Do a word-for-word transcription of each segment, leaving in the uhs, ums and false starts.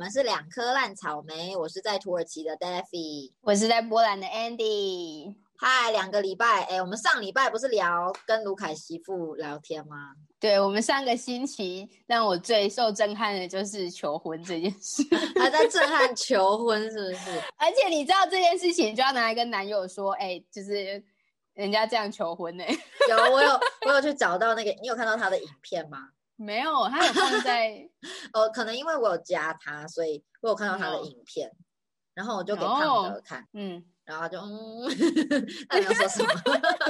们是两颗烂草莓，我是在土耳其的 Daffy， 我是在波兰的 Andy。 嗨，两个礼拜，哎，我们上礼拜不是聊跟卢凯媳妇聊天吗？ 对，我们上个星期让我最受震撼的就是求婚这件事。 还在震撼求婚是不是？ 而且你知道这件事情就要拿来跟男友说，哎，就是人家这样求婚呢、欸。 有，我有我有去找到那个，你有看到他的影片吗？ 没有，他有放在哦，可能因为我有加他，所以我有看到他的影片，嗯、然后我就给胖德看，哦、嗯，然后他就嗯，他没有说什么。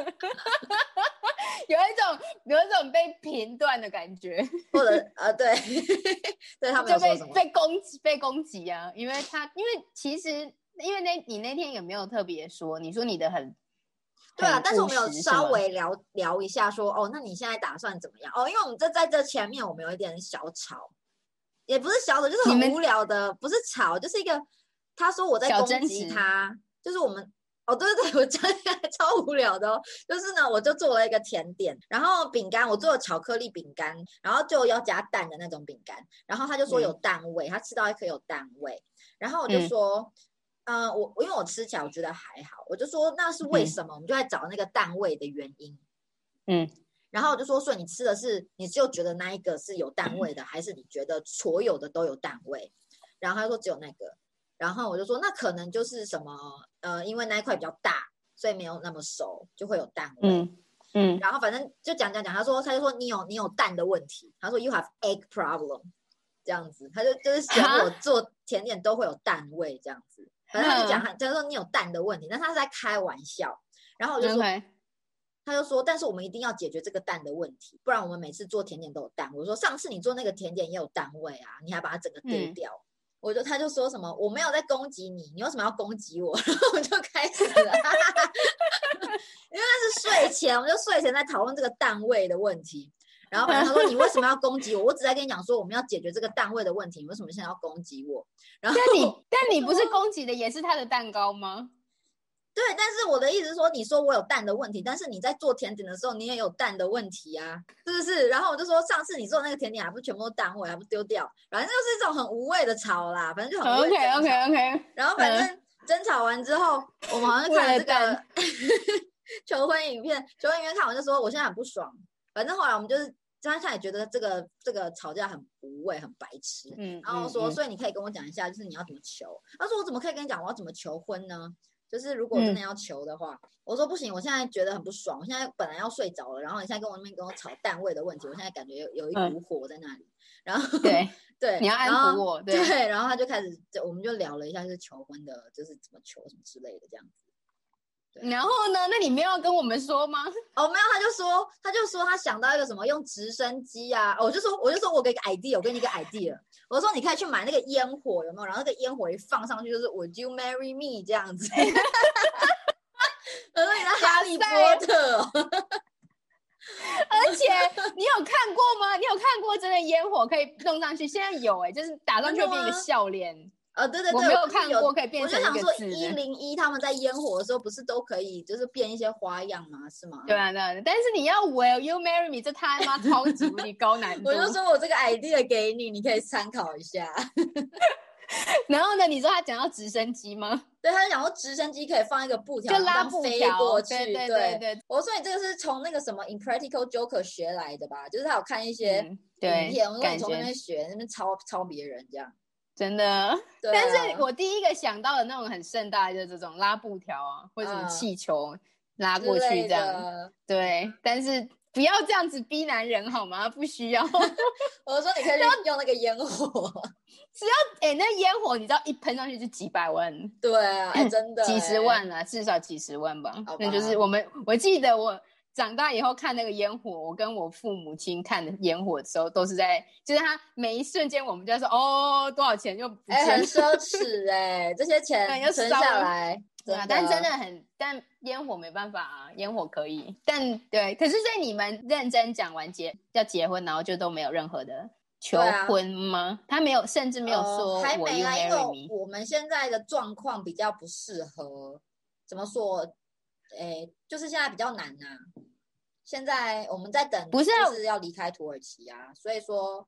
有一种有一种被评断的感觉， 或者呃对，对他没有说什么， 就被被攻击被攻击啊，因为他因为其实因为那你那天也没有特别说，你说你的很对啊，但是我们有稍微聊聊一下说，哦，那你现在打算怎么样？哦，因为我们这在这前面我们有一点小吵，也不是小吵，就是很无聊的，不是吵，就是一个他说我在攻击他，就是我们。哦，对对对，我真的超无聊的哦。就是呢，我就做了一个甜点，然后饼干我做了巧克力饼干，然后就要加蛋的那种饼干。然后他就说有蛋味，嗯、他吃到一颗有蛋味。然后我就说，嗯、呃，我因为我吃起来我觉得还好，我就说那是为什么？嗯、我们就在找那个蛋味的原因。嗯，然后我就说，所以你吃的是，你就觉得那一个是有蛋味的，还是你觉得所有的都有蛋味？然后他就说只有那个。然后我就说，那可能就是什么，呃，因为那一块比较大，所以没有那么熟，就会有蛋味。嗯嗯。然后反正就讲讲讲，他说他就说你有你有蛋的问题，他说 you have egg problem， 这样子，他就就是嫌我做甜点都会有蛋味这样子。反正他就讲他他说你有蛋的问题，但他是在开玩笑。然后我就说， okay. 他就说，但是我们一定要解决这个蛋的问题，不然我们每次做甜点都有蛋。我说上次你做那个甜点也有蛋味啊，你还把它整个丢掉。嗯，我就他就说什么我没有在攻击你，你为什么要攻击我？然后我就开始了，因为那是睡前，我们就睡前在讨论这个蛋味的问题。然后反正他说你为什么要攻击我？我只在跟你讲说我们要解决这个蛋味的问题，你为什么现在要攻击我？然后但你但你不是攻击的也是他的蛋糕吗？ 对，但是我的意思是说，你说我有蛋的问题，但是你在做甜点的时候，你也有蛋的问题啊，是不是？然后我就说，上次你做那个甜点还不全部都蛋味，还不丢掉，反正就是一种很无谓的吵啦，反正就很无谓的争吵。 OK OK OK。 然后反正争吵完之后，我们好像看了这个求婚影片，求婚影片看完就说我现在很不爽。反正后来我们就是他现在也觉得这个这个吵架很无谓，很白痴。嗯，然后说，嗯、所以你可以跟我讲一下，就是你要怎么求？他说我怎么可以跟你讲我要怎么求婚呢？就是如果真的要求的话，嗯、我说不行，我现在觉得很不爽，我现在本来要睡着了，然后你现在跟我那边跟我吵蛋味的问题，我现在感觉有有一股火在那里，嗯、然后对对， 你要安抚我， 对，对，然后他就开始，就我们就聊了一下是求婚的，就是怎么求什么之类的这样子。 然后呢？那你没有跟我们说吗？ 哦，没有，他就说，他就说他想到一个什么用直升机啊，哦、我就说，我就说我给个 idea， 我给你一个 idea， 我说你可以去买那个烟火，有没有？然后那个烟火一放上去就是 Would you marry me 这样子。我说你在哈利波特、哦。 而且你有看过吗？你有看过真的烟火可以弄上去？现在有哎、欸，就是打上去会变一个笑脸。 呃、哦，对对对， 我没有看过可以变成一个字。 我就想说，一零一他们在烟火的时候，不是都可以就是变一些花样吗？是吗？ 对啊，对啊。但是你要 Will you marry me 这他妈超级无敌高难度。 我就说我这个 idea 给你，你可以参考一下。 然后呢？你说他讲到直升机吗？ 对，他讲说直升机可以放一个布条， 就拉布条飞过去。 对对对对, 对, 对。 我说你这个是从那个什么 Impractical Joker 学来的吧？就是他有看一些影片，嗯、我说你从那边学，那边抄抄别人这样。 真的， 啊、 但是我第一个想到的那种很盛大的就是这种拉布条啊，或者什么气球拉过去这样。嗯、对，但是不要这样子逼男人好吗？不需要。 我说你可以用那个烟火， 只要哎、欸，那烟火你知道一喷上去就几百万。 对啊，哎、欸，真的、欸、 几十万啊，至少几十万吧。吧那就是我们，我记得我长大以后看那个烟火，我跟我父母亲看的烟火的时候，都是在，就是他每一瞬间，我们就在说哦，多少钱就不见， 哎、欸，很奢侈哎、欸，这些钱存下来， 对啊，但真的很，但烟火没办法啊，烟火可以，但对，可是在你们认真讲完结要结婚，然后就都没有任何的求婚吗？啊、他没有，甚至没有说、呃、 还没啊，因为我们现在的状况比较不适合，怎么说？诶，就是现在比较难呐、啊。现在我们在等， 不是、 就是要离开土耳其啊，所以说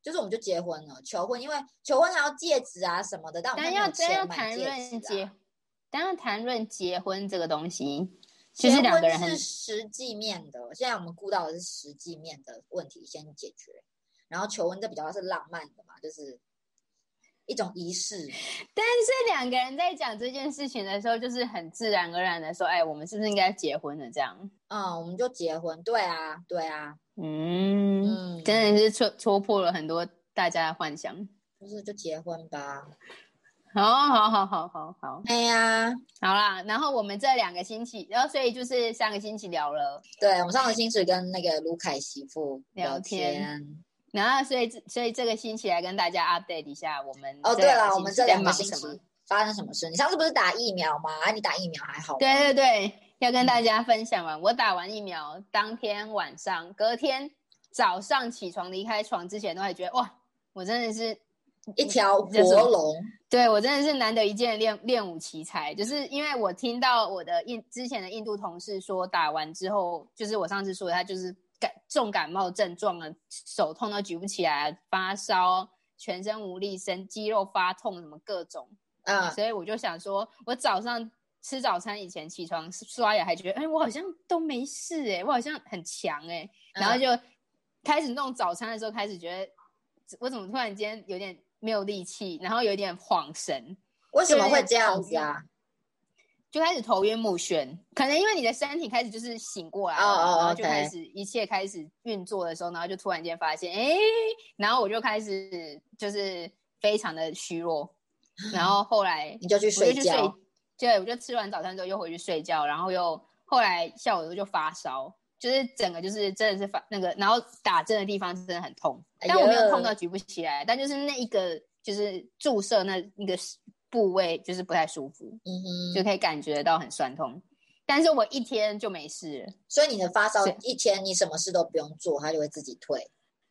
就是我们就结婚了，求婚，因为求婚还要戒指啊什么的，但我们没有钱买戒指啊。 当然谈论结婚这个东西，就是两个人很结婚是实际面的，现在我们顾到的是实际面的问题先解决，然后求婚这比较是浪漫的嘛，就是一种仪式。 但是两个人在讲这件事情的时候，就是很自然而然的说，哎，我们是不是应该结婚了？这样， 嗯，我们就结婚，对啊，对啊， 嗯嗯，真的是戳戳破了很多大家的幻想， 就是就结婚吧。 好好好好好好， 哎呀， 好啦，然后我们这两个星期，然后所以就是上个星期聊了， 对，我们上个星期跟那个卢凯媳妇聊天。聊天然后，所以所以这个星期来跟大家 update 一下我们哦，对了，我们这两个星期发生什么事？你上次不是打疫苗吗？啊，你打疫苗还好吗？ 对对对，要跟大家分享完。我打完疫苗当天晚上，隔天早上起床离开床之前，都还觉得哇，我真的是一条活龙。 对，我真的是难得一见练练武奇才，就是因为我听到我的印之前的印度同事说，打完之后，就是我上次说的，他就是感重感冒症状了，手痛都举不起来，发烧，全身无力，身肌肉发痛，什么各种。 嗯， 所以我就想说，我早上吃早餐以前起床刷牙，还觉得，哎，我好像都没事哎、欸，我好像很强哎、欸，然后就开始弄早餐的时候，开始觉得我怎么突然间有点没有力气，然后有点恍神。 为什么会这样子啊？ 就开始头晕目眩，可能因为你的身体开始就是醒过来了， oh, oh, 然后就开始、 okay. 一切开始运作的时候，然后就突然间发现，哎，然后我就开始就是非常的虚弱，然后后来你就去睡觉， 我就去睡，对，我就吃完早餐之后又回去睡觉，然后又后来下午就发烧，就是整个就是真的是发那个，然后打针的地方真的很痛，但我没有痛到举不起来，但就是那一个就是注射那一个部位就是不太舒服， 嗯哼， 就可以感觉到很酸痛，但是我一天就没事了。 所以你的发烧一天你什么事都不用做，它就会自己退。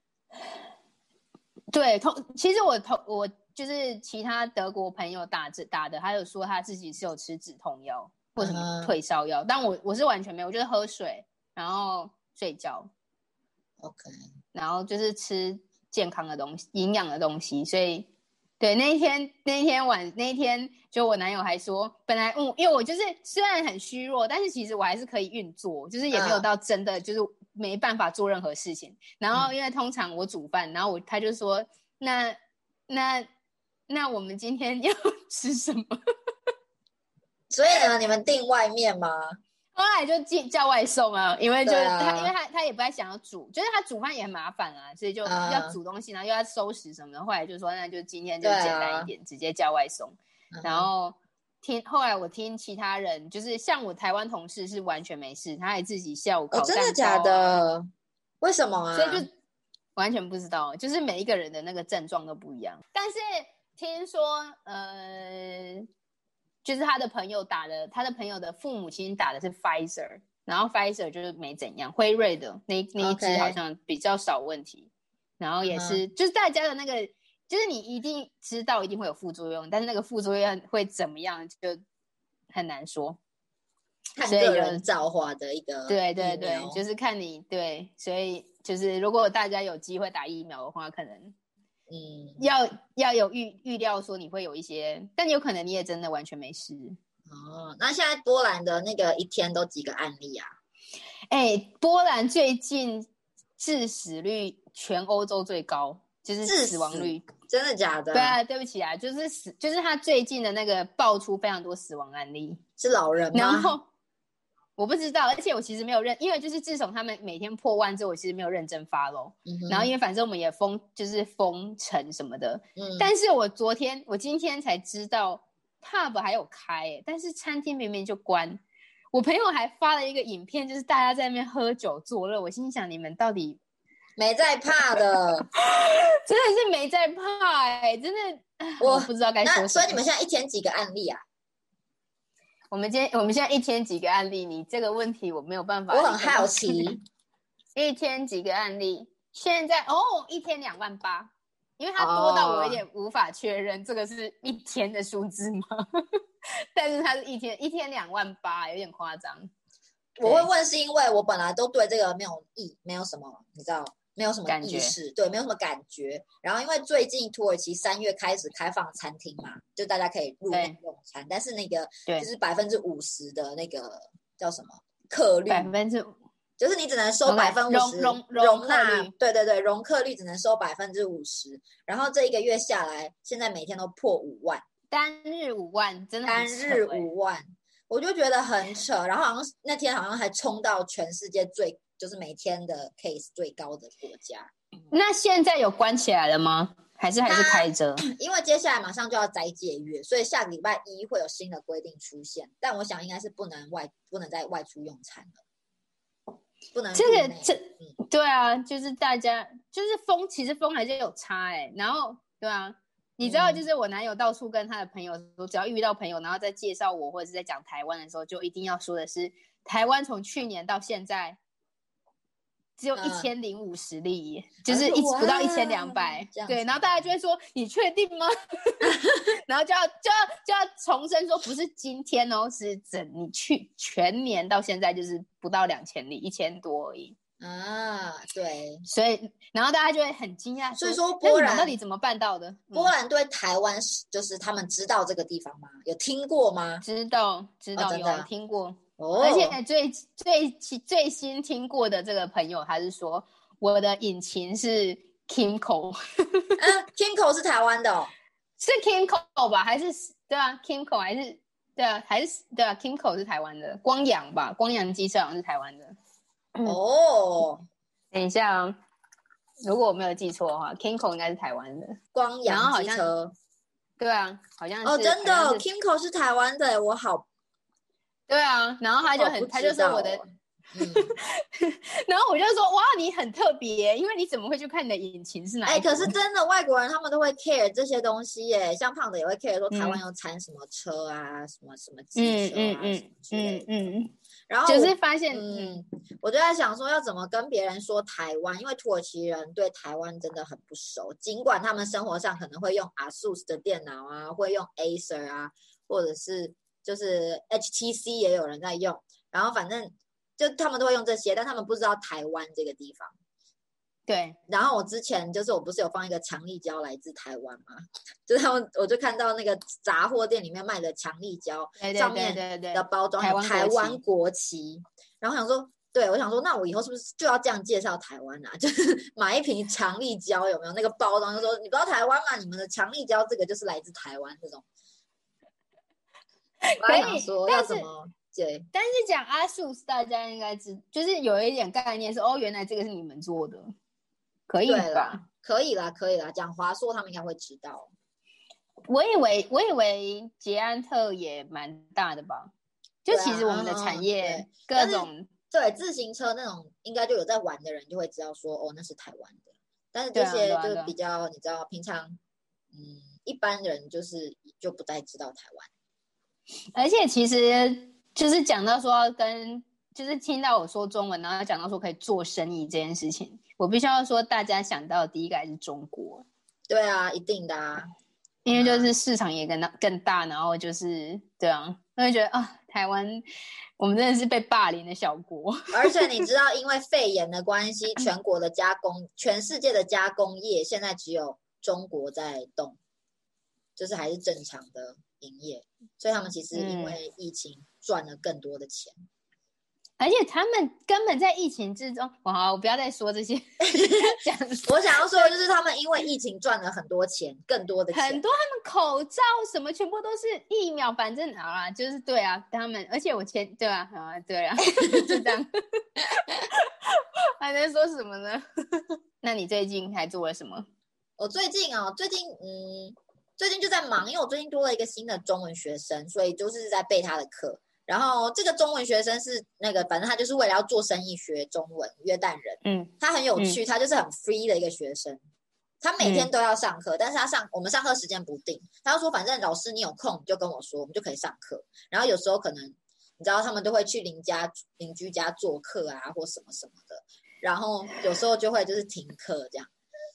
对，同其实我同我就是其他德国朋友打打的，他有说他自己是有吃止痛药或什么退烧药，嗯、但我我是完全没有，我就是喝水，然后睡觉 ，OK， 然后就是吃健康的东西、营养的东西，所以。对，那一天那一天晚那一天，就我男友还说，本来嗯，因为我就是虽然很虚弱，但是其实我还是可以运作，就是也没有到真的就是没办法做任何事情。然后因为通常我煮饭，然后我他就说，那那那我们今天要吃什么？ 所以呢，你们订外面吗？ 后来就叫外送啊，因为就、啊、他，因为他他也不太想要煮，就是他煮饭也很麻烦啊，所以就要煮东西，然后又要收拾什么的。后来就说，那就今天就简单一点，啊、直接叫外送。然后听后来我听其他人，就是像我台湾同事是完全没事，他还自己下午烤蛋糕、啊哦、 真的假的？为什么啊？ 所以就完全不知道，就是每一个人的那个症状都不一样。但是听说，呃。就是他的朋友打的，他的朋友的父母亲打的是 Pfizer， 然后 Pfizer 就是没怎样，辉瑞的那那一支好像比较少问题， okay. 然后也是、uh-huh. 就是大家的那个，就是你一定知道一定会有副作用，但是那个副作用会怎么样就很难说， 看个人造化的一个， 对对对，就是看你对，所以就是如果大家有机会打疫苗的话，可能。嗯，要要有预预料说你会有一些，但有可能你也真的完全没事哦。那现在波兰的那个一天都几个案例啊？ 哎，波兰最近致死率全欧洲最高，就是死亡率， 真的假的？ 对啊，对不起啊，就是死，就是他最近的那个爆出非常多死亡案例， 是老人吗？ 然后我不知道，而且我其实没有认，因为就是自从他们每天破万之后，我其实没有认真 follow、嗯、然后因为反正我们也封就是封城什么的、嗯、但是我昨天我今天才知道 pub 还有开耶，但是餐厅明明就关。我朋友还发了一个影片，就是大家在那边喝酒作乐，我心想你们到底没在怕的真的是没在怕耶，真的 我, 我不知道该说什么。 所以你们现在一天几个案例啊？ 我们今天我们现在一天几个案例？你这个问题我没有办法。 我很好奇， 一天几个案例？现在哦，一天两万八，因为它多到我有点无法确认、哦、这个是一天的数字吗？但是它是一天一天两万八，有点夸张。 我会问是因为我本来都对这个没有意，没有什么，你知道， 没有什么意识，对，没有什么感觉。然后因为最近土耳其三月开始开放餐厅嘛，就大家可以入内用餐，但是那个就是百分之五十的那个叫什么客率， 百分之就是你只能收百分之五十容容纳，对对对，容客率只能收百分之五十。然后这一个月下来，现在每天都破五万， 单日五万，真的单日五万，我就觉得很扯。然后好像那天好像还冲到全世界最就是每天的 case 最高的国家。 那现在有关起来了吗？还是还是开着？ 因为接下来马上就要斋戒月，所以下个礼拜一会有新的规定出现，但我想应该是不能外不能再外出用餐了。不能这个这、嗯、对啊，就是大家就是风，其实风还是有差哎、欸。然后对啊，你知道，就是我男友到处跟他的朋友说，只要遇到朋友，然后在介绍我或者是在讲台湾的时候，就一定要说的是，台湾从去年到现在只有一千零五十例，嗯、就是一不到一千两百。对，然后大家就会说，你确定吗？然后就要就要就要重申说，不是今天哦，是整你去全年到现在就是不到两千例，一千多而已啊。对， 所以然后大家就会很惊讶， 所以说波兰到底怎么办到的？嗯、 波兰对台湾就是他们知道这个地方吗？有听过吗？ 知道，知道， 哦、 有听过。 哦， 而且最最最新听过的这个朋友，他是说我的引擎是 Kimco， 嗯 ，Kimco 是台湾的哦。 是 Kimco 吧？还是对啊 ，Kimco 还是对啊，还是对啊 ，Kimco 是台湾的，光阳吧？光阳机车好像是台湾的。 哦， 等一下啊，如果我没有记错的话 ，Kimco 应该是台湾的。 光阳机车， 对啊，好像是哦，真的 ，Kimco 是台湾的，我好。 对啊，然后他就很，他就说我的。嗯、然后我就说哇，你很特别，因为你怎么会去看你的引擎是哪一？ 哎、欸，可是真的外国人他们都会 care 这些东西耶，像胖的也会 care 说台湾有产什么车啊，嗯、什么什么机车啊，嗯、什么之类的。嗯嗯。 然后就是发现， 嗯，我就在想说要怎么跟别人说台湾，因为土耳其人对台湾真的很不熟，尽管他们生活上可能会用 ASUS 的电脑啊，会用 Acer 啊，或者是就是 H T C 也有人在用，然后反正。就他们都会用这些，但他们不知道台湾这个地方。 对， 然后我之前就是我不是有放一个强力胶来自台湾吗？就是他们我就看到那个杂货店里面卖的强力胶，上面的包装有台湾国旗，然后想说，对我想说，那我以后是不是就要这样介绍台湾啊？就是买一瓶强力胶有没有那个包装，就说你不知道台湾吗？你们的强力胶这个就是来自台湾这种。我想说要怎么？对， 但是讲ASUS大家应该知，就是有一点概念是哦，原来这个是你们做的，可以吧？ 可以啦，可以啦。讲华硕他们应该会知道。 我以为我以为捷安特也蛮大的吧？就其实我们的产业、啊、各种对, 对自行车那种，应该就有在玩的人就会知道说哦，那是台湾的。但是这些就比较、啊啊啊、你知道，平常嗯一般人就是就不太知道台湾。 而且其实。就是讲到说跟，就是听到我说中文，然后讲到说可以做生意这件事情，我必须要说，大家想到的第一个还是中国。 对啊，一定的啊， 因为就是市场也更大更大，然后就是对啊，我就觉得啊，台湾我们真的是被霸凌的小国。 而且你知道，因为肺炎的关系，全国的加工，全世界的加工业现在只有中国在动，就是还是正常的营业，所以他们其实因为疫情赚了更多的钱。嗯， 而且他们根本在疫情之中，哇！我不要再说这些。 我想要说的就是他们因为疫情赚了很多钱，更多的钱。 很多他们口罩什么全部都是疫苗，反正好啦，就是对啊，他们。而且我前对啊，啊对啊，就这样。还能说什么呢？那你最近还做了什么？ 我最近啊、哦，最近嗯，最近就在忙，因为我最近多了一个新的中文学生，所以就是在备他的课。然后这个中文学生是那个，反正他就是为了要做生意学中文，约旦人。嗯，他很有趣，嗯、他就是很 free 的一个学生。他每天都要上课，嗯、但是他上我们上课时间不定。他就说，反正老师你有空你就跟我说，我们就可以上课。然后有时候可能你知道他们都会去邻家邻居家做客啊，或什么什么的。然后有时候就会就是停课这样。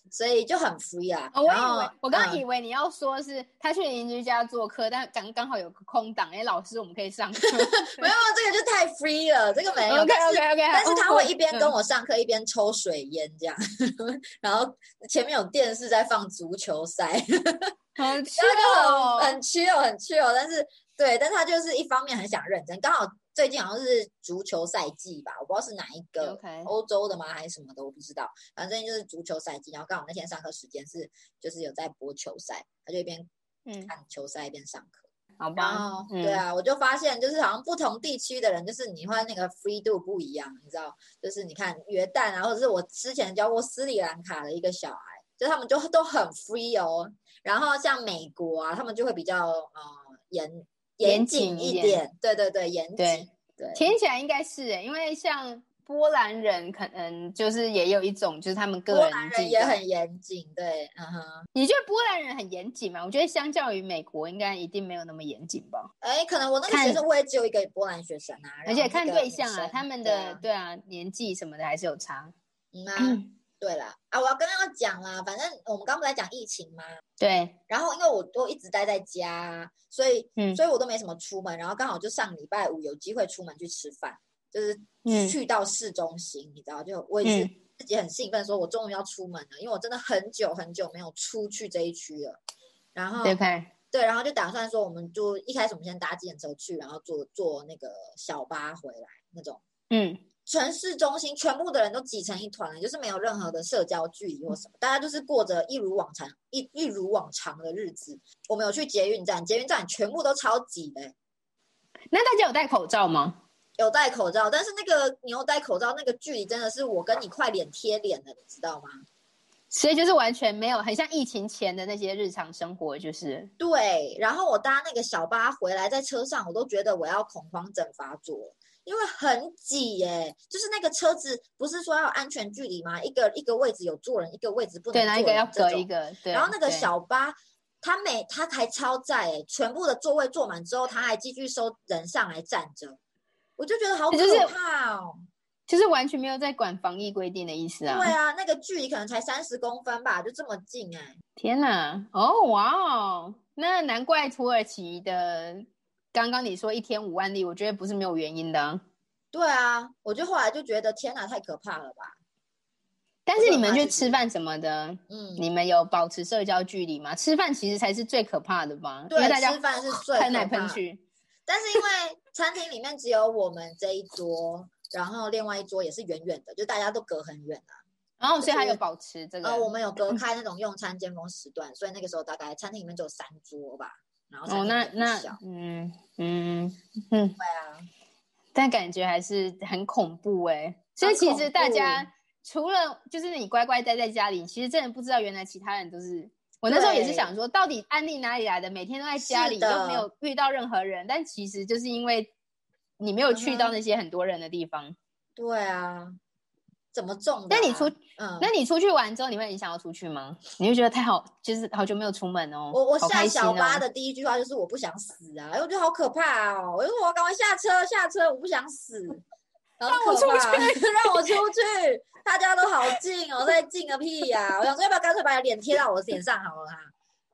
所以就很 free 啊。 哦、我以为我刚刚以为你要说是他去邻居家做客，但刚刚好有个空档，哎，老师我们可以上课。 没有，这个就太 free 了，这个没有。 OK OK OK， 但是他会一边跟我上课、嗯、一边抽水烟这样，然后前面有电视在放足球赛， 很 chill， 很 chill 很 chill， 但是对，但是他就是一方面很想认真，刚好。最近好像是足球赛季吧，我不知道是哪一个欧洲的吗还是什么的，我不知道。反正就是足球赛季，然后刚好那天上课时间是就是有在播球赛，他就一边看球赛一边上课。 好吧， 嗯、对啊，我就发现就是好像不同地区的人，就是你会那个 free 度不一样，你知道？就是你看约旦啊，或者是我之前教过斯里兰卡的一个小孩，就他们就都很 free 哦。然后像美国啊，他们就会比较呃严。严谨一点，对对对，严谨。 对对， 听起来应该是诶，因为像波兰人可能就是也有一种，就是他们个人波兰人也很严谨，对，嗯哼。 你觉得波兰人很严谨吗？我觉得相较于美国，应该一定没有那么严谨吧。 哎，可能我那个学生我也只有一个波兰学生啊， 而且看对象啊，他们的对啊年纪什么的还是有差。 嗯啊。对啦，啊，我要跟他讲啦，反正我们刚不是在讲疫情吗？ 对。 然后因为我都一直待在家，所以、嗯、所以我都没什么出门，然后刚好就上礼拜五有机会出门去吃饭，就是去到市中心，嗯、你知道，就我也是自己很兴奋，说我终于要出门了，因为我真的很久很久没有出去这一区了。然后 okay. 对，然后就打算说，我们就一开始我们先搭计程车去，然后坐坐那个小巴回来那种， 嗯。 城市中心全部的人都挤成一团了，就是没有任何的社交距离或什么，大家就是过着一如往常一一如往常的日子。我们有去捷运站，捷运站全部都超挤的。 那大家有戴口罩吗？ 有戴口罩，但是那个你有戴口罩，那个距离真的是我跟你快脸贴脸了，你知道吗？ 所以就是完全没有，很像疫情前的那些日常生活，就是对。然后我搭那个小巴回来，在车上我都觉得我要恐慌症发作。因为很挤耶，就是那个车子不是说要安全距离吗？一个一个位置有坐人，一个位置不能坐人， 对，那一个要隔一个。对。 然后那个小巴，他每他还超载哎，全部的座位坐满之后，他还继续收人上来站着，我就觉得好可怕哦。 就是完全没有在管防疫规定的意思啊。 对啊，那个距离可能才三十公分吧，就这么近哎。 天哪，哦哇哦，那难怪土耳其的。刚刚你说一天五万例，我觉得不是没有原因的、啊。 对啊，我就后来就觉得天哪，太可怕了吧！ 但是你们去吃饭什么的，嗯，你们有保持社交距离吗？吃饭其实才是最可怕的吧？ 对， 因为大家吃饭是最喷来喷去。 但是因为餐厅里面只有我们这一桌，然后另外一桌也是远远的，就大家都隔很远啊。 然后所以还有保持这个， 呃，我们有隔开那种用餐尖峰时段，所以那个时候大概餐厅里面只有三桌吧。然后哦，那那嗯嗯嗯， 对啊， 但感觉还是很恐怖哎、欸。所以其实大家除了就是你乖乖待在家里，其实真的不知道原来其他人都是。我那时候也是想说，到底安利哪里来的？每天都在家里，又没有遇到任何人。但其实就是因为你没有去到那些很多人的地方。 嗯、对啊。怎么中的、啊？ 那你出，嗯，那你出去玩之后，你会很想要出去吗？你会觉得太好，就是好久没有出门哦。 我我下小巴的第一句话就是我不想死啊，因为我觉得好可怕哦。我就说我赶快下车，下车，我不想死。然后让我出去， 让我出去，大家都好近哦，在近个屁呀、啊！我想说要不要干脆把你脸贴到我脸上好了哈。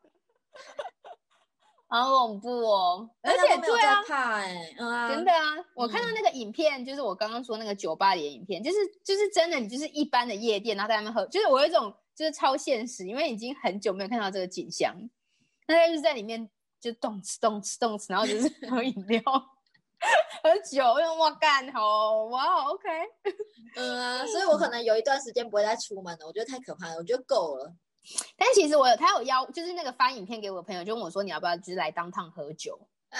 好恐怖哦！而且对啊，怕哎、嗯啊，真的啊！我看到那个影片，就是我刚刚说那个酒吧里的影片，就是就是真的，你就是一般的夜店，然后在那边喝，就是我有一种就是超现实，因为已经很久没有看到这个景象，那他就是在里面就动吃动吃动吃，然后就是喝饮料、喝酒，哇干好哇 OK， 嗯啊，所以我可能有一段时间不会再出门了，我觉得太可怕了，我觉得够了。 但其实我有他有邀，就是那个发影片给我的朋友，就问我说你要不要就是来当趟喝酒？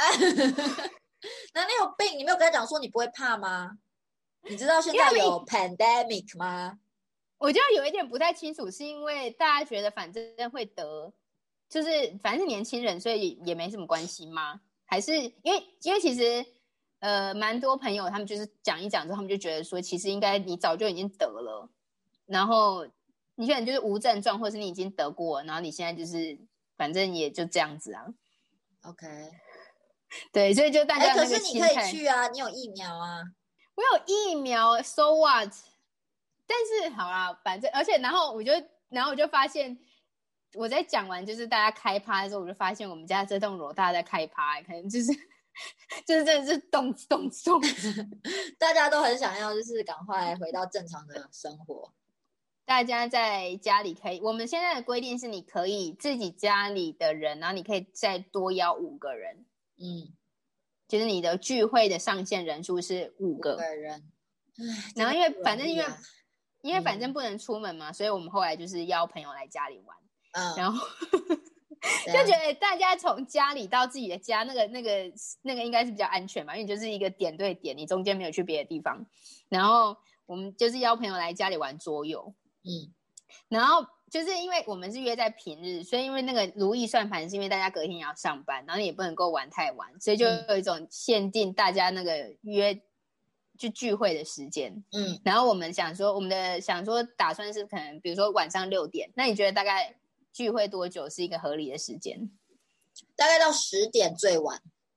那你有病？你没有跟他讲说你不会怕吗？你知道现在有 pandemic 吗？ 我就有一点不太清楚，是因为大家觉得反正会得，就是反正是年轻人，所以也没什么关系吗？还是因为因为其实呃蛮多朋友他们就是讲一讲之后，他们就觉得说其实应该你早就已经得了，然后。你可能就是无症状，或是你已经得过，然后你现在就是反正也就这样子啊。 OK， 对，所以就大家那个心态。可是你可以去啊，你有疫苗啊。 我有疫苗 ，so what？ 但是好啦，反正而且然后我就然后我就发现，我在讲完就是大家开趴的时候，我就发现我们家这栋楼大家在开趴，可能就是就是真的是动动动， 大家都很想要就是赶快回到正常的生活。 大家在家里可以，我们现在的规定是你可以自己家里的人，然后你可以再多邀五个人， 嗯， 就是你的聚会的上限人数是五个, 五个人。 然后因为反正因为、 啊、 因为反正不能出门嘛、嗯、所以我们后来就是邀朋友来家里玩、嗯、然后就觉得大家从家里到自己的家那个那个那个应该是比较安全嘛，因为你就是一个点对点，你中间没有去别的地方。然后我们就是邀朋友来家里玩桌游，嗯，然后就是因为我们是约在平日，所以因为那个如意算盘是因为大家隔天也要上班，然后也不能够玩太晚，所以就有一种限定大家那个约就聚会的时间。嗯，然后我们想说我们的想说打算是可能比如说晚上六点，那你觉得大概聚会多久是一个合理的时间？ 大概到十点最晚。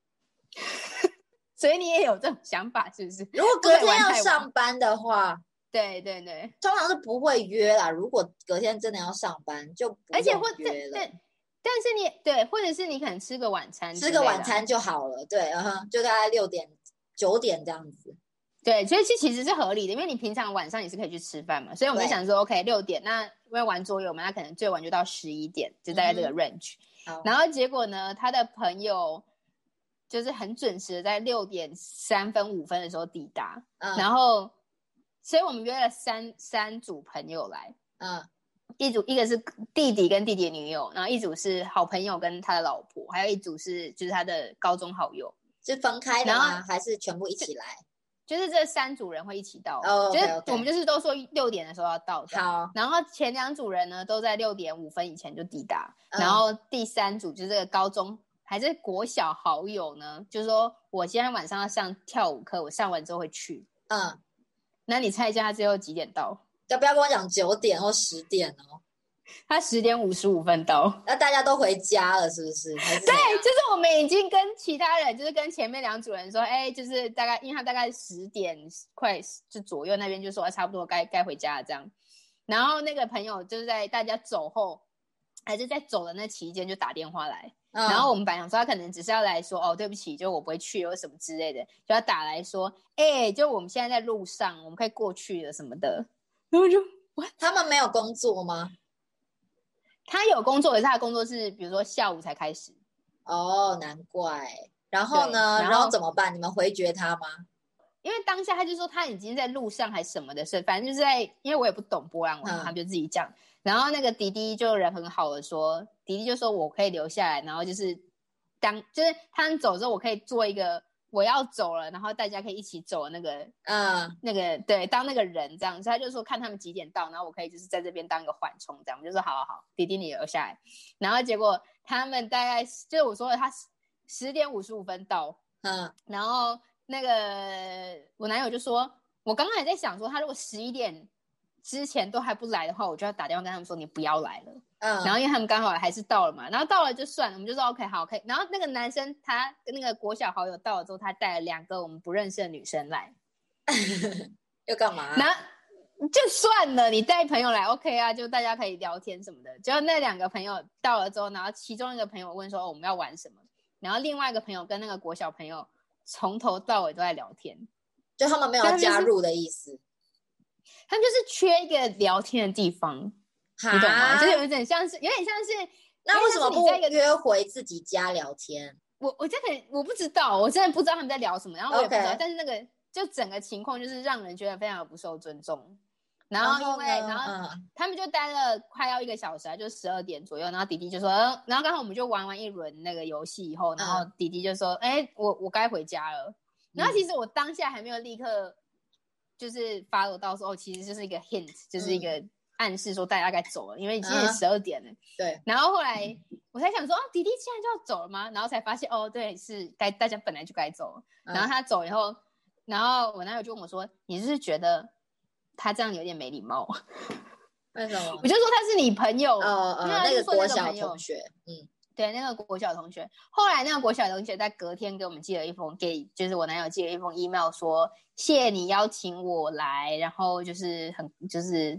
所以你也有这种想法是不是？ 如果隔天要上班的话， 对对对， 通常是不会约啦。如果隔天真的要上班，就不用约了。而且或对对，但是你对，或者是你可能吃个晚餐， 吃个晚餐就好了。对，嗯，就大概六点、九点这样子。 对，所以这其实是合理的，因为你平常晚上也是可以去吃饭嘛。所以我们就想说 ，OK， 六点，那因为玩桌游嘛，那可能最晚就到十一点，就大概这个 range。嗯、然后结果呢，他的朋友就是很准时的在六点三分五分的时候抵达，嗯、然后。所以我们约了三三组朋友来，嗯，一组一个是弟弟跟弟弟的女友，然后一组是好朋友跟他的老婆，还有一组是就是他的高中好友， 是分开的吗？还是全部一起来？ 就是这三组人会一起到， 哦， 就是 okay, okay. 我们就是都说六点的时候要到， 好， 然后前两组人呢都在六点五分以前就抵达，嗯、然后第三组就是这个高中还是国小好友呢，就是说我今天晚上要上跳舞课，我上完之后会去，嗯。那你猜一下他最后几点到？ 要不要跟我讲九点或十点哦？ 他十点五十五分到。 那大家都回家了是不是？还是对，就是我们已经跟其他人，就是跟前面两组人说，哎，就是大概，因为他大概十点快就左右那边就说差不多该该回家了这样。然后那个朋友就是在大家走后，还是在走的那期间就打电话来。嗯、然后我们本来想说他可能只是要来说哦对不起，就我不会去或什么之类的，就要打来说哎、欸，就我们现在在路上，我们可以过去了什么的。然后就他们没有工作吗？ 他有工作，可是他的工作是比如说下午才开始。 哦，难怪。然后呢？然后, 然后怎么办？你们回绝他吗？ 因为当下他就说他已经在路上还是什么的事，反正就是在，因为我也不懂波兰文，嗯、他就自己讲。然后那个弟弟就人很好的说，弟弟就说我可以留下来，然后就是当就是他们走之后，我可以做一个我要走了，然后大家可以一起走的那个，嗯，那个对，当那个人这样。所以他就说看他们几点到，然后我可以就是在这边当一个缓冲这样。我就说好好好，弟弟你留下来。然后结果他们大概就是我说的，他十点五十五分到，嗯，然后那个我男友就说，我刚刚也在想说，他如果十一点之前都还不来的话，我就要打电话跟他们说你不要来了。嗯，然后因为他们刚好还是到了嘛，然后到了就算了，我们就说 OK 好 OK。然后那个男生他跟那个国小好友到了之后，他带了两个我们不认识的女生来， 要干嘛？ 那就算了，你带朋友来 OK 啊，就大家可以聊天什么的。结果那两个朋友到了之后，然后其中一个朋友问说、哦、我们要玩什么，然后另外一个朋友跟那个国小朋友从头到尾都在聊天， 就他们没有加入的意思。 他们就是缺一个聊天的地方，你懂吗？就是有点像是，有点像是， 那为什么不约回自己家聊天？ 我我真的我不知道，我真的不知道他们在聊什么，然后我也不知道， okay. 但是那个就整个情况就是让人觉得非常不受尊重。然后因为然后、嗯、他们就待了快要一个小时啊，就十二点左右，然后弟弟就说，然后刚好我们就玩完一轮那个游戏以后，然后弟弟就说，哎、嗯，我我该回家了。然后其实我当下还没有立刻。就是 follow 到说哦，其实就是一个 hint， 就是一个暗示说大家该走了，因为已经十二点了。 对。 然后后来我才想说，哦，弟弟现在就要走了吗？然后才发现，哦，对，是该大家本来就该走了。然后他走以后，然后我男友就问我说：“你是不是觉得他这样有点没礼貌？” 为什么？ 我就说他是你朋友， 呃呃，那个国小同学，嗯。 对，那个国小同学，后来那个国小同学在隔天给我们寄了一封，给就是我男友寄了一封 email 说，谢谢你邀请我来，然后就是很就是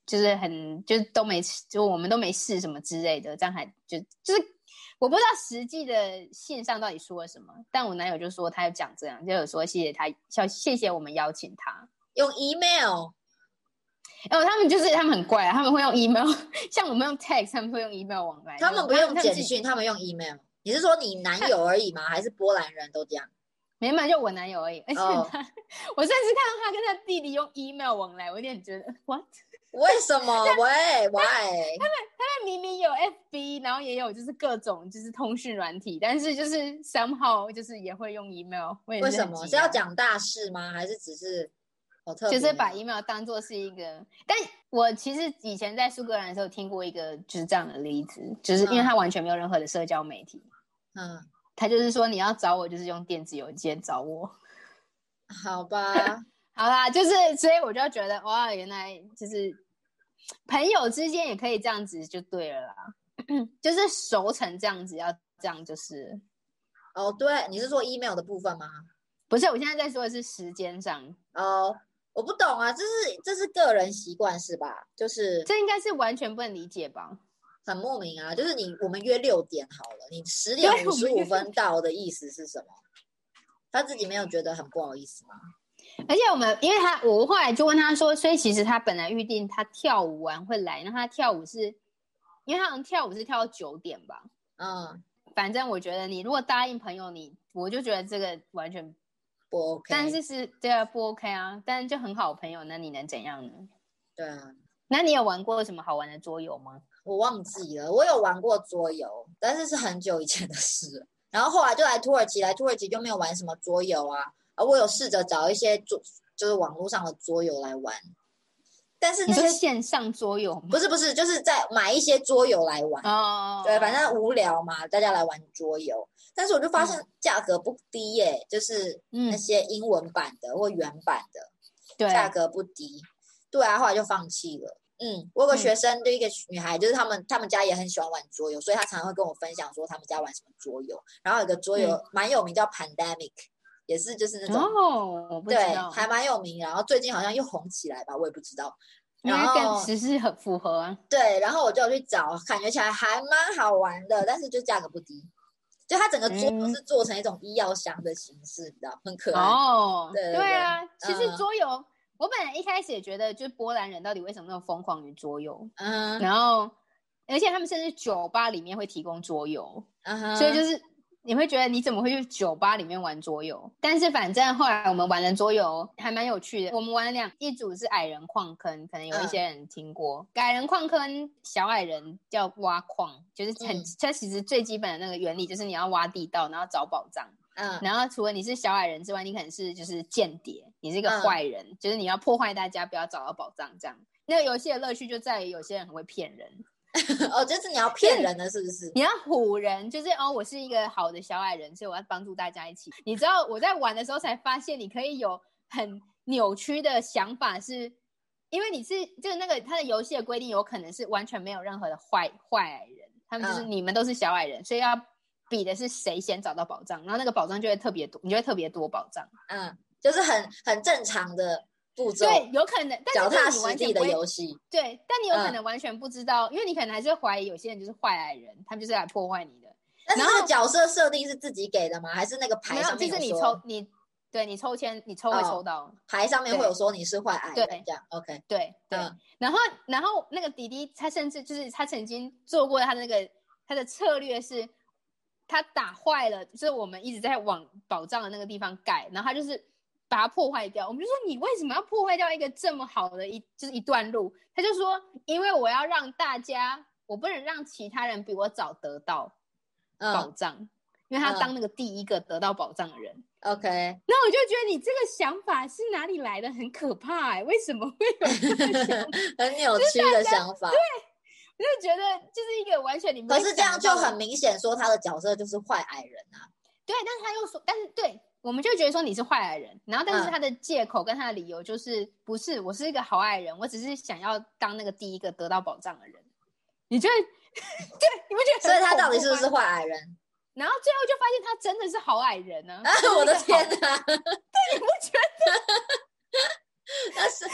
就是很就是都没就我们都没试什么之类的，这样还就就是我不知道实际的信上到底说了什么，但我男友就说他有讲这样，就有说谢谢他，谢谢我们邀请他用 email。 哦，他们就是他们很怪啊，他们会用 email， 像我们用 text， 他们会用 email 往来。 他们不用简讯，他们用 email。你是说你男友而已吗？还是波兰人都这样？ 没有，就我男友而已。而且他， oh. 我甚至看到他跟他弟弟用 email 往来，我有点觉得 what？ 为什么？喂喂， 他们他们明明有 F B， 然后也有就是各种就是通讯软体，但是就是 somehow 就是也会用 email。 为什么？是要讲大事吗？还是只是？ 就是把 email 当作是一个，但我其实以前在苏格兰的时候听过一个就是这样的例子，就是因为他完全没有任何的社交媒体，嗯，他就是说你要找我就是用电子邮件找我， 好吧， 好啦，就是所以我就觉得哇，原来就是朋友之间也可以这样子就对了啦，就是熟成这样子要这样就是哦，对，你是说 email 的部分吗？ 不是，我现在在说的是时间上哦。我不懂啊，这是这是个人习惯是吧？就是这应该是完全不能理解吧？ 很莫名啊！就是你我们约六点好了，你十点五十五分到的意思是什么？他自己没有觉得很不好意思吗？ 而且我们因为他，我后来就问他说，所以其实他本来预定他跳舞完会来，那他跳舞是因为他好像跳舞是跳到九点吧？嗯，反正我觉得你如果答应朋友你，我就觉得这个完全。 不 OK， 但是是对啊，不 OK 啊，但就很好朋友，那你能怎样呢？ 对啊， 那你有玩过什么好玩的桌游吗？ 我忘记了，我有玩过桌游，但是是很久以前的事了。然后后来就来土耳其，来土耳其就没有玩什么桌游啊。啊，我有试着找一些桌，就是网络上的桌游来玩，但是那些线上桌游吗？ 不是不是，就是在买一些桌游来玩。哦，对，反正无聊嘛，大家来玩桌游。但是我就发现价格不低耶、欸嗯，就是那些英文版的或原版的，对，价格不低。对啊，后来就放弃了。嗯，我有个学生，就一个女孩，就是他们他们家也很喜欢玩桌游，所以她常常会跟我分享说他们家玩什么桌游。然后有个桌游蛮、嗯、有名，叫 Pandemic， 也是就是那种哦，我不知道， 对，还蛮有名。然后最近好像又红起来吧，我也不知道。 然后跟时事很符合啊。 对，然后我就去找，感觉起来还蛮好玩的，但是就价格不低。就它整个桌游是做成一种医药箱的形式，你知道，很可爱。哦，对 对, 对, 对啊，其实桌游、嗯，我本来一开始也觉得，就是波兰人到底为什么那么疯狂于桌游？嗯，然后，而且他们甚至酒吧里面会提供桌游，嗯，所以就是你会觉得你怎么会去酒吧里面玩桌游？但是反正后来我们玩的桌游还蛮有趣的。我们玩了两一组是矮人矿坑，可能有一些人听过。嗯、矮人矿坑小矮人叫挖矿，就是很、嗯、它其实最基本的那个原理就是你要挖地道，然后找宝藏。嗯，然后除了你是小矮人之外，你可能是就是间谍，你是一个坏人、嗯，就是你要破坏大家，不要找到宝藏这样。那个游戏的乐趣就在于有些人很会骗人。 哦，就是你要骗人的是不是？ 你要唬人，就是哦，我是一个好的小矮人，所以我要帮助大家一起。你知道我在玩的时候才发现，你可以有很扭曲的想法是，是因为你是就是那个他的游戏的规定，有可能是完全没有任何的坏坏矮人，他们就是、嗯、你们都是小矮人，所以要比的是谁先找到宝藏，然后那个宝藏就会特别多，你就会特别多宝藏。 嗯，就是很很正常的。 对，有可能，但是脚踏实地的游戏。 对，但你有可能完全不知道、嗯，因为你可能还是怀疑有些人就是坏矮人，他们就是来破坏你的。 但是那个角色设定是自己给的吗？还是那个牌上面有说？ 就是你抽你，对你抽签，你抽会抽到、哦、 牌上面会有说你是坏矮人这样。OK， 对对、嗯。然后然后那个弟弟他甚至就是他曾经做过他的那个他的策略是，他打坏了，就是我们一直在往宝藏的那个地方盖，然后他就是。把它破坏掉，我们就说你为什么要破坏掉一个这么好的一就是一段路？他就说，因为我要让大家，我不能让其他人比我早得到宝藏，嗯、因为他当那个第一个得到宝藏的人。 OK，、嗯、 那我就觉得你这个想法是哪里来的？很可怕哎、欸，为什么会有这个想法？ 很扭曲的想法。 对，我就觉得就是一个完全你没有。 可是这样就很明显说他的角色就是坏矮人啊。 对，但是他又说，但是对。我们就觉得说你是坏矮人，然后但是他的借口跟他的理由就是、嗯、不是我是一个好矮人，我只是想要当那个第一个得到宝藏的人。你觉得对，你不觉得？ 所以他到底是不是坏矮人？ 然后最后就发现他真的是好矮人呢、啊！ 啊、我的天哪！ 对，你不觉得？ 那是那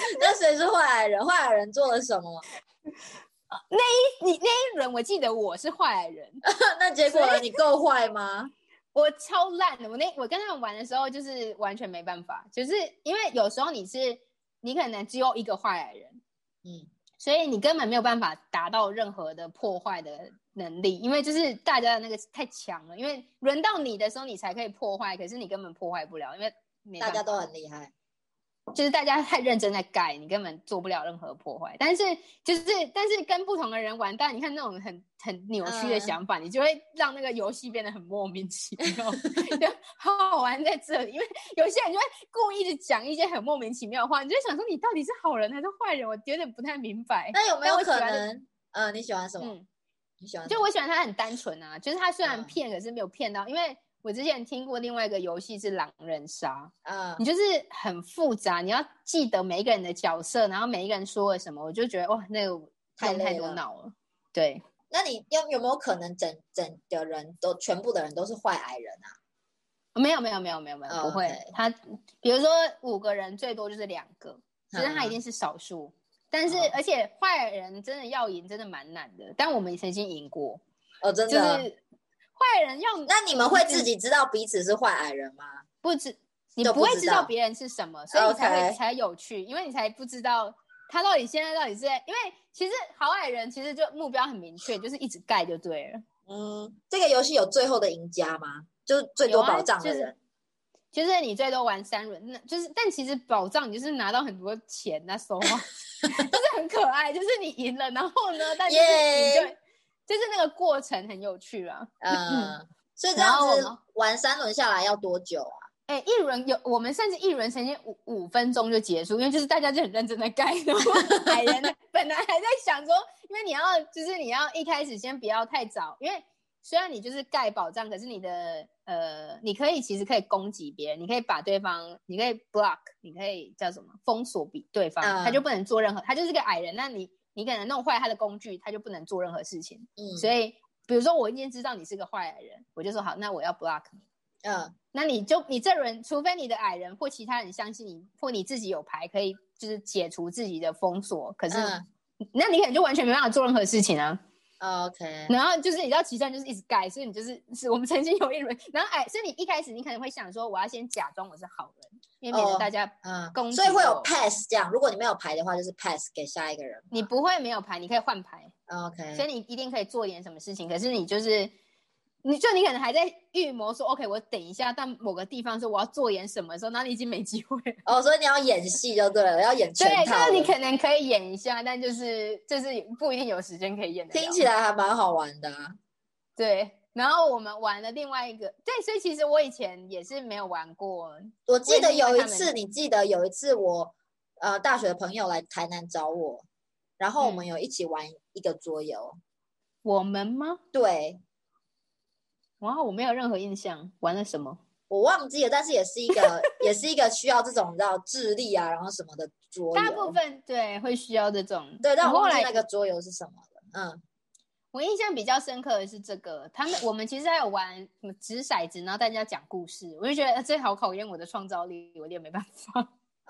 谁是坏矮人？坏矮人做了什么？ 那一你那一轮我记得我是坏矮人， 那结果呢？你够坏吗？ 我超烂的，我那我跟他们玩的时候就是完全没办法，就是因为有时候你是你可能只有一个坏矮人，嗯，所以你根本没有办法达到任何的破坏的能力，因为就是大家的那个太强了，因为轮到你的时候你才可以破坏，可是你根本破坏不了，因为没大家都很厉害。 就是大家太认真在盖，你根本做不了任何破坏。但是就是，但是跟不同的人玩，但你看那种很很扭曲的想法，嗯、你就会让那个游戏变得很莫名其妙，就好好玩在这里。因为有些人就会故意的讲一些很莫名其妙的话，你就会想说你到底是好人还是坏人？我有点不太明白。 那有没有可能？呃，你喜欢什么？嗯、你喜欢？ 就我喜欢他很单纯啊，就是他虽然骗，嗯、可是没有骗到，因为。我之前听过另外一个游戏是狼人杀，嗯，你就是很复杂，你要记得每一个人的角色，然后每一个人说了什么，我就觉得哇，那个太太多脑了。对， 那你有有没有可能整整的人都全部的人都是坏矮人啊？ 没有没有没有没有没有， oh, 不会。Okay. 他比如说五个人最多就是两个，其实他一定是少数。嗯、但是、oh. 而且坏矮人真的要赢真的蛮难的，但我们也曾经赢过。 哦， oh, 真的。 就是坏人要， 那你们会自己知道彼此是坏矮人吗？ 不知，你不会知道别人是什么，所以你才会、okay. 才有趣，因为你才不知道他到底现在到底是在，因为其实好矮人其实就目标很明确，就是一直盖就对了。 嗯，这个游戏有最后的赢家吗？就是最多宝藏的人。啊就是、就是你最多玩三轮，那就是但其实宝藏你就是拿到很多钱那时候，就是很可爱，就是你赢了，然后呢，但是你就。Yeah.就是那个过程很有趣啊， 嗯，所以这样子玩三轮下来要多久啊？ 哎、欸，一轮有我们甚至一轮曾经五五分钟就结束，因为就是大家就很认真在盖，然后矮人本来还在想说，因为你要就是你要一开始先不要太早，因为虽然你就是盖宝藏，可是你的呃，你可以其实可以攻击别人，你可以把对方，你可以 block， 你可以叫什么封锁比对方、嗯，他就不能做任何，他就是个矮人，那你。你可能弄坏他的工具，他就不能做任何事情。嗯，所以比如说我已经知道你是个坏矮人，我就说好，那我要 block 你。嗯，那你就你这轮，除非你的矮人或其他人相信你，或你自己有牌可以就是解除自己的封锁，可是、嗯、那你可能就完全没办法做任何事情啊。 OK， 然后就是你知道奇战就是一直盖，所以你就是是我们曾经有一轮，然后哎，所以你一开始你可能会想说我要先假装我是好人，因为免得大家攻击、 哦嗯、所以会有 pass 这样，如果你没有牌的话就是 pass 给下一个人。 你不会没有牌，你可以换牌。 OK， 所以你一定可以做点什么事情，可是你就是你就你可能还在预谋说 OK 我等一下到某个地方说我要做点什么的时候，然后你已经没机会了。 哦，所以你要演戏就对了，要演全套。 对，就是你可能可以演一下，但就是就是不一定有时间可以演得了。 听起来还蛮好玩的、啊。 对，然后我们玩了另外一个，对，所以其实我以前也是没有玩过。 我记得有一次，你记得有一次我呃大学的朋友来台南找我，然后我们有一起玩一个桌游。嗯、 我们吗？ 对。 哇，我没有任何印象，玩了什么我忘记了，但是也是一个也是一个需要这种你知道智力啊，然后什么的桌游。 大部分对会需要这种。 对，但我忘记那个桌游是什么了。嗯， 我印象比较深刻的是这个，他们我们其实还有玩什么掷骰子，然后大家讲故事，我就觉得这好考验我的创造力，我有点没办法。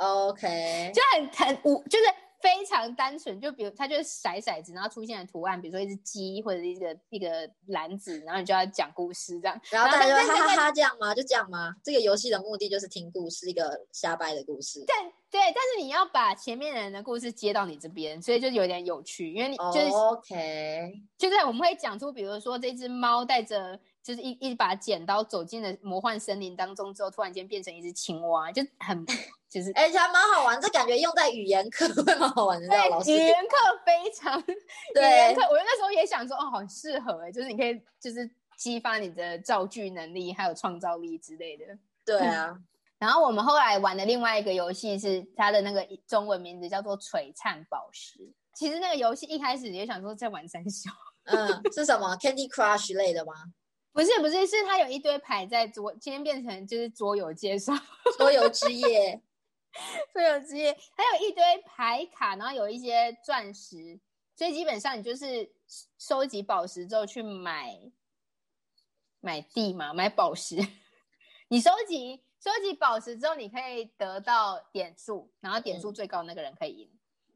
OK， 就很很无就是。非常单纯，就比如它就是骰骰子，然后出现的图案，比如说一只鸡或者一个一个篮子，然后你就要讲故事这样， 然后大家就哈哈哈这样吗？就这样吗？这个游戏的目的就是听故事，一个瞎掰的故事。 对对，但是你要把前面人的故事接到你这边，所以就有点有趣，因为你就是、 oh, OK， 就是我们会讲出，比如说这只猫带着就是一一把剪刀走进了魔幻森林当中之后，突然间变成一只青蛙，就很。就是哎，还蛮好玩，这感觉用在语言课会蛮好玩的，对，老师。 语言课非常， 对， 语言课我那时候也想说，哦，好适合哎，就是你可以就是激发你的造句能力，还有创造力之类的。 对啊、嗯。 然后我们后来玩的另外一个游戏是它的那个中文名字叫做璀璨宝石。其实那个游戏一开始也想说在玩三小， 嗯，是什么 Candy Crush 类的吗？ 不是不是，是它有一堆牌在桌，今天变成就是桌游介绍， 桌游之夜。 所有职业还有一堆牌卡，然后有一些钻石，所以基本上你就是收集宝石之后去买买地嘛，买宝石。你收集收集宝石之后，你可以得到点数，然后点数最高的那个人可以赢。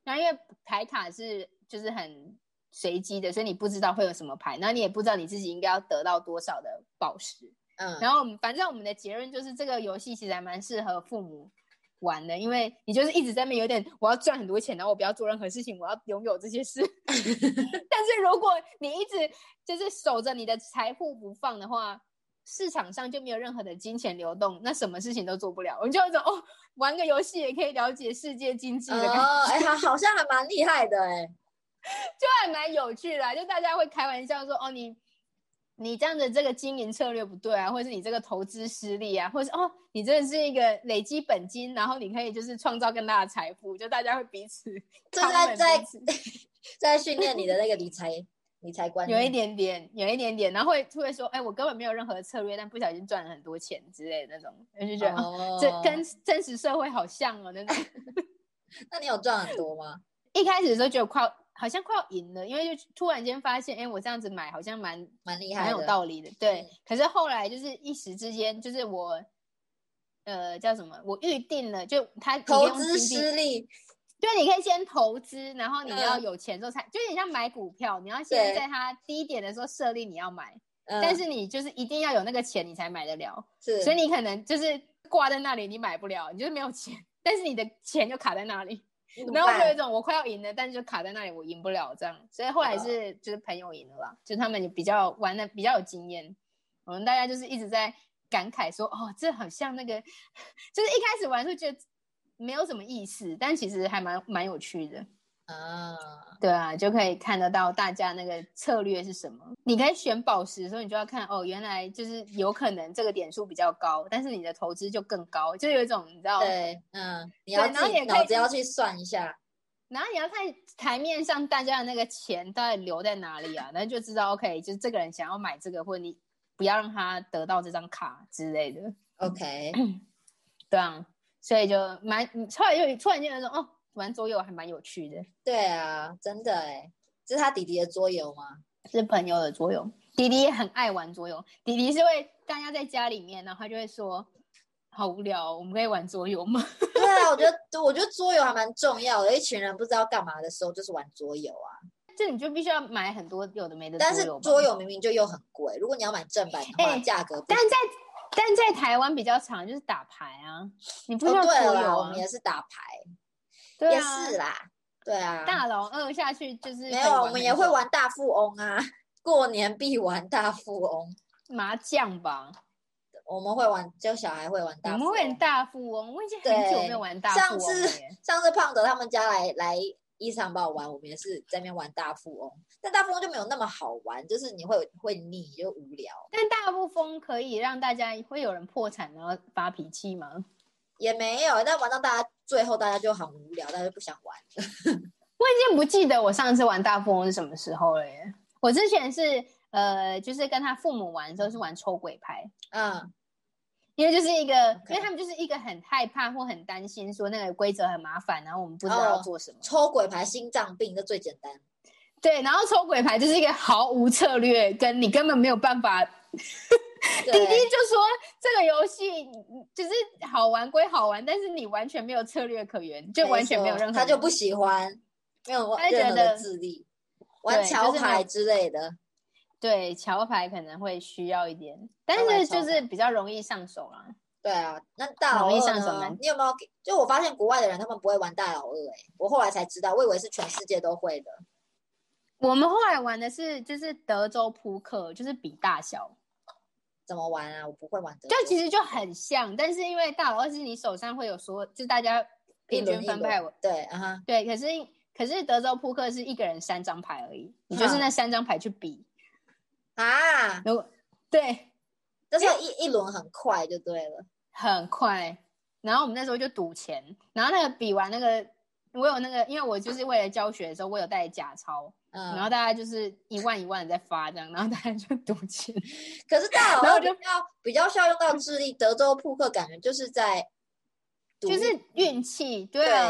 然后因为牌卡是就是很随机的，所以你不知道会有什么牌，然后你也不知道你自己应该要得到多少的宝石。嗯，然后我们反正我们的结论就是这个游戏其实还蛮适合父母玩的，因为你就是一直在那边有点我要赚很多钱，然后我不要做任何事情，我要拥有这些事但是如果你一直就是守着你的财富不放的话，市场上就没有任何的金钱流动，那什么事情都做不了。我们就有一种哦，玩个游戏也可以了解世界经济的感觉。 哦，哎，好像还蛮厉害的哎， 就还蛮有趣的、啊，就大家会开玩笑说哦，你你这样的这个经营策略不对啊，或者是你这个投资失利啊，或者是哦，你真的是一个累积本金，然后你可以就是创造更大的财富，就大家会彼此就在在在训练你的那个理财。理财观念有一点点，有一点点，然后会会说，哎，我根本没有任何策略，但不小心赚了很多钱之类的那种，我就觉得、哦哦、这跟真实社会好像哦那种。 那你有赚很多吗？ 一开始的时候觉得快好像快要赢了，因为就突然间发现，哎，我这样子买好像蛮蛮厉害的， 蛮有道理的，对、嗯。可是后来就是一时之间，就是我呃叫什么，我预定了，就他投资失利。 对，你可以先投资，然后你要有钱之后才、嗯、就有点像买股票，你要先在它低点的时候设立你要买、嗯、但是你就是一定要有那个钱你才买得了，是，所以你可能就是挂在那里你买不了，你就是没有钱，但是你的钱就卡在那里，然后就有一种我快要赢了，但是就卡在那里我赢不了这样，所以后来是就是朋友赢了啦，就他们比较玩的比较有经验，我们大家就是一直在感慨说哦这好像那个就是一开始玩就觉得没有什么意思，但其实还蛮蛮有趣的啊。对啊，就可以看得到大家那个策略是什么。你可以选宝石的时候，你就要看哦，原来就是有可能这个点数比较高，但是你的投资就更高，就有一种你知道？ 对，嗯，你要自己脑子要去算一下， 然后你要看台面上大家的那个钱到底留在哪里啊，然后就知道 OK， 就是这个人想要买这个，或者你不要让他得到这张卡之类的。 OK， 对啊。所以就蛮突然就突然间有一种哦，玩桌游还蛮有趣的。 对啊，真的哎，这是他弟弟的桌游吗？ 是朋友的桌游，弟弟也很爱玩桌游。弟弟是会大家在家里面，然后他就会说好无聊，我们可以玩桌游吗？ 对啊，我觉得我觉得桌游还蛮重要的，一群人不知道干嘛的时候就是玩桌游啊。 这你就必须要买很多有的没的桌游， 但是桌游明明就又很贵，如果你要买正版的话，欸、价格不。 但在但在台湾比较常就是打牌啊，你不需要桌游、啊哦、 对啦，我们也是打牌，对啊、也是啦，对啊。 大老二下去就是没有，我们也会玩大富翁啊，过年必玩大富翁。 麻将吧， 我们会玩，就小孩会玩大富翁。 我们会玩大富翁，我已经很久没有玩大富翁了。 上次上次胖德他们家来来一场帮我玩，我们也是在那边玩大富翁，但大富翁就没有那么好玩，就是你会会腻就无聊。 但大富翁可以让大家会有人破产然后发脾气吗？ 也没有，但玩到大家最后大家就很无聊，大家就不想玩了。 我已经不记得我上次玩大富翁是什么时候了耶。我之前是呃，就是跟他父母玩的时候是玩抽鬼牌，嗯。因为就是一个， okay. 因为他们就是一个很害怕或很担心说那个规则很麻烦，然后我们不知道要做什么。 哦、抽鬼牌心脏病这最简单。 对，然后抽鬼牌就是一个毫无策略，跟你根本没有办法。弟弟就说这个游戏就是好玩归好玩，但是你完全没有策略可言，就完全没有任何。 他就不喜欢，没有任何的智力，玩桥牌之类的。 对，桥牌可能会需要一点，但是就是比较容易上手啦。 对啊，那大老二呢？你有没有？就我发现国外的人他们不会玩大老二、欸，哎，我后来才知道，我以为是全世界都会的。 我们后来玩的是就是德州扑克，就是比大小。 怎么玩啊？我不会玩德州。 就其实就很像，但是因为大老二是你手上会有说，就是大家平均分配。 对，啊哈， 对，可是可是德州扑克是一个人三张牌而已，你就是那三张牌去比。 啊， 对， 但是一一轮很快就对了， 很快。然后我们那时候就赌钱，然后那个比完那个，我有那个，因为我就是为了教学的时候，我有带假钞，嗯，然后大家就是一万一万的在发这样，然后大家就赌钱。 可是大老二比较比较需要用到智力，德州扑克感觉就是在就是运气，对啊。对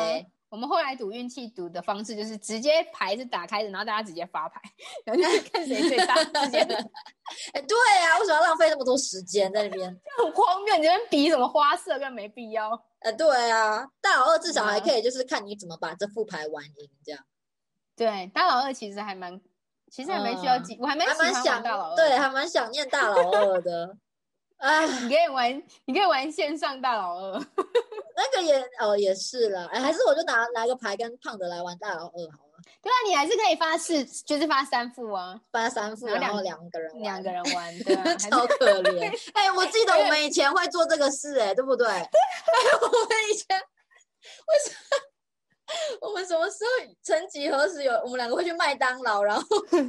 我们后来赌运气赌的方式就是直接牌是打开的，然后大家直接发牌，然后就是看谁最大直接哎，对啊，为什么要浪费那么多时间在那边？ 很荒谬，你这边比什么花色更没必要。 哎，对啊，大老二至少还可以，就是看你怎么把这副牌玩赢这样。 对，大老二其实还蛮，其实还蛮需要记、嗯，我还蛮喜欢玩大老二， 对，还蛮想念大老二的。哎， 你可以玩，你可以玩线上大老二。 那个也哦也是啦，哎，还是我就拿拿个牌跟胖的来玩大老二好了。 对啊，你还是可以发四，就是发三副啊， 发三副，然后两个人两个人玩，对啊， 超可怜。哎、欸，我记得我们以前会做这个事、欸，哎，对不对？对、哎，我们以前为什么？我们什么时候曾几何时有我们两个会去麦当劳，然后太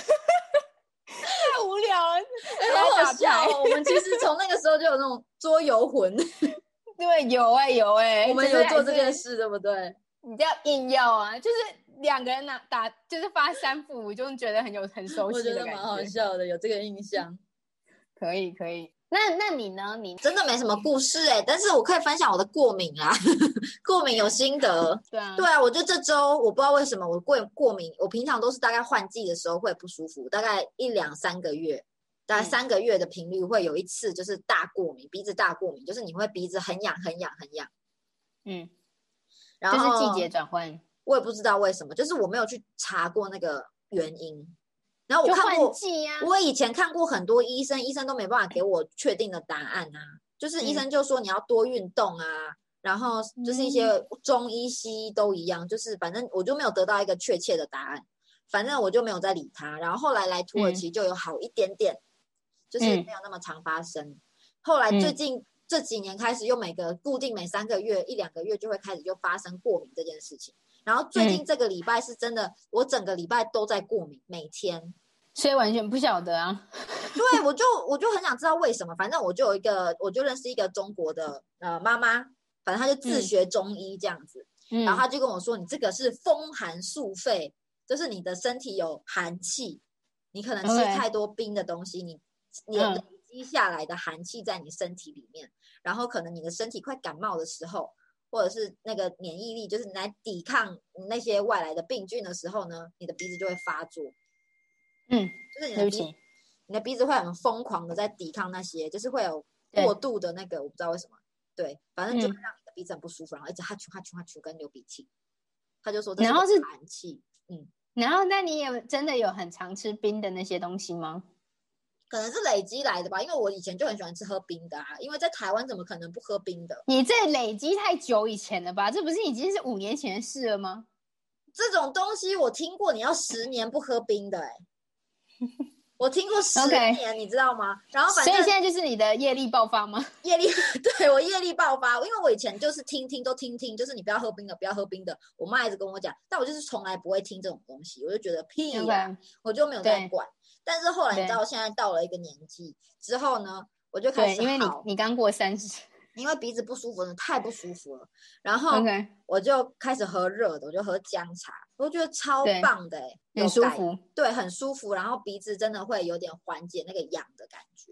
无聊了， 哎、欸，好好笑哦。我们其实从那个时候就有那种桌游魂。 对，有哎、欸、有哎、欸， 我们有做这件事，对不对？ 你这样硬要啊，就是两个人拿打，就是发三副，我就觉得很有很熟悉的感觉， 我觉得蛮好笑的，有这个印象。 可以可以，那那你呢？你真的没什么故事哎、欸，但是我可以分享我的过敏啊，过敏有心得。 对啊， 对啊，我就这周我不知道为什么我过过敏，我平常都是大概换季的时候会不舒服，大概一两三个月。大概三个月的频率会有一次就是大过敏，鼻子大过敏，就是你会鼻子很痒很痒很痒。 嗯， 然后就是季节转换， 我也不知道为什么，就是我没有去查过那个原因。然后我看过， 啊、 我以前看过很多医生，医生都没办法给我确定的答案啊。就是医生就说你要多运动啊，嗯、然后就是一些中医西医都一样，就是反正我就没有得到一个确切的答案。反正我就没有再理他。然后后来来土耳其就有好一点点。嗯就是没有那么常发生、嗯、后来最近这几年开始又每个固定每三个月一两个月就会开始就发生过敏这件事情，然后最近这个礼拜是真的、嗯、我整个礼拜都在过敏，每天， 所以完全不晓得啊。 对，我就我就很想知道为什么，反正我就有一个我就认识一个中国的呃妈妈，反正她就自学中医这样子、嗯、然后她就跟我说你这个是风寒宿肺，就是你的身体有寒气，你可能吃太多冰的东西、okay. 你你累积下来的寒气在你身体里面、嗯、然后可能你的身体快感冒的时候，或者是那个免疫力就是你来抵抗那些外来的病菌的时候呢，你的鼻子就会发作。 嗯， 就是你的鼻你的鼻子会很疯狂的在抵抗那些，就是会有过度的那个我不知道为什么，对，反正就会让你的鼻子很不舒服、嗯、然后一直哈啾哈啾哈啾跟流鼻涕。他就说这是寒气。嗯， 然后那你有真的有很常吃冰的那些东西吗？ 可能是累积来的吧，因为我以前就很喜欢吃喝冰的啊，因为在台湾怎么可能不喝冰的？ 你这累积太久以前了吧？这不是已经是五年前的事了吗？ 这种东西我听过，你要十年不喝冰的、欸，哎，我听过十年， okay. 你知道吗？然后反正所以现在就是你的业力爆发吗？ 业力，对，我业力爆发，因为我以前就是听听都听听，就是你不要喝冰的，不要喝冰的，我妈一直跟我讲，但我就是从来不会听这种东西，我就觉得屁呀、啊 okay. 我就没有在管。但是后来你知道，现在到了一个年纪之后呢，我就开始好， 因为你你刚过三十， 因为鼻子不舒服，太不舒服了，然后我就开始喝热的，我就喝姜茶，我觉得超棒的、欸， 很舒服， 对，很舒服，然后鼻子真的会有点缓解那个痒的感觉。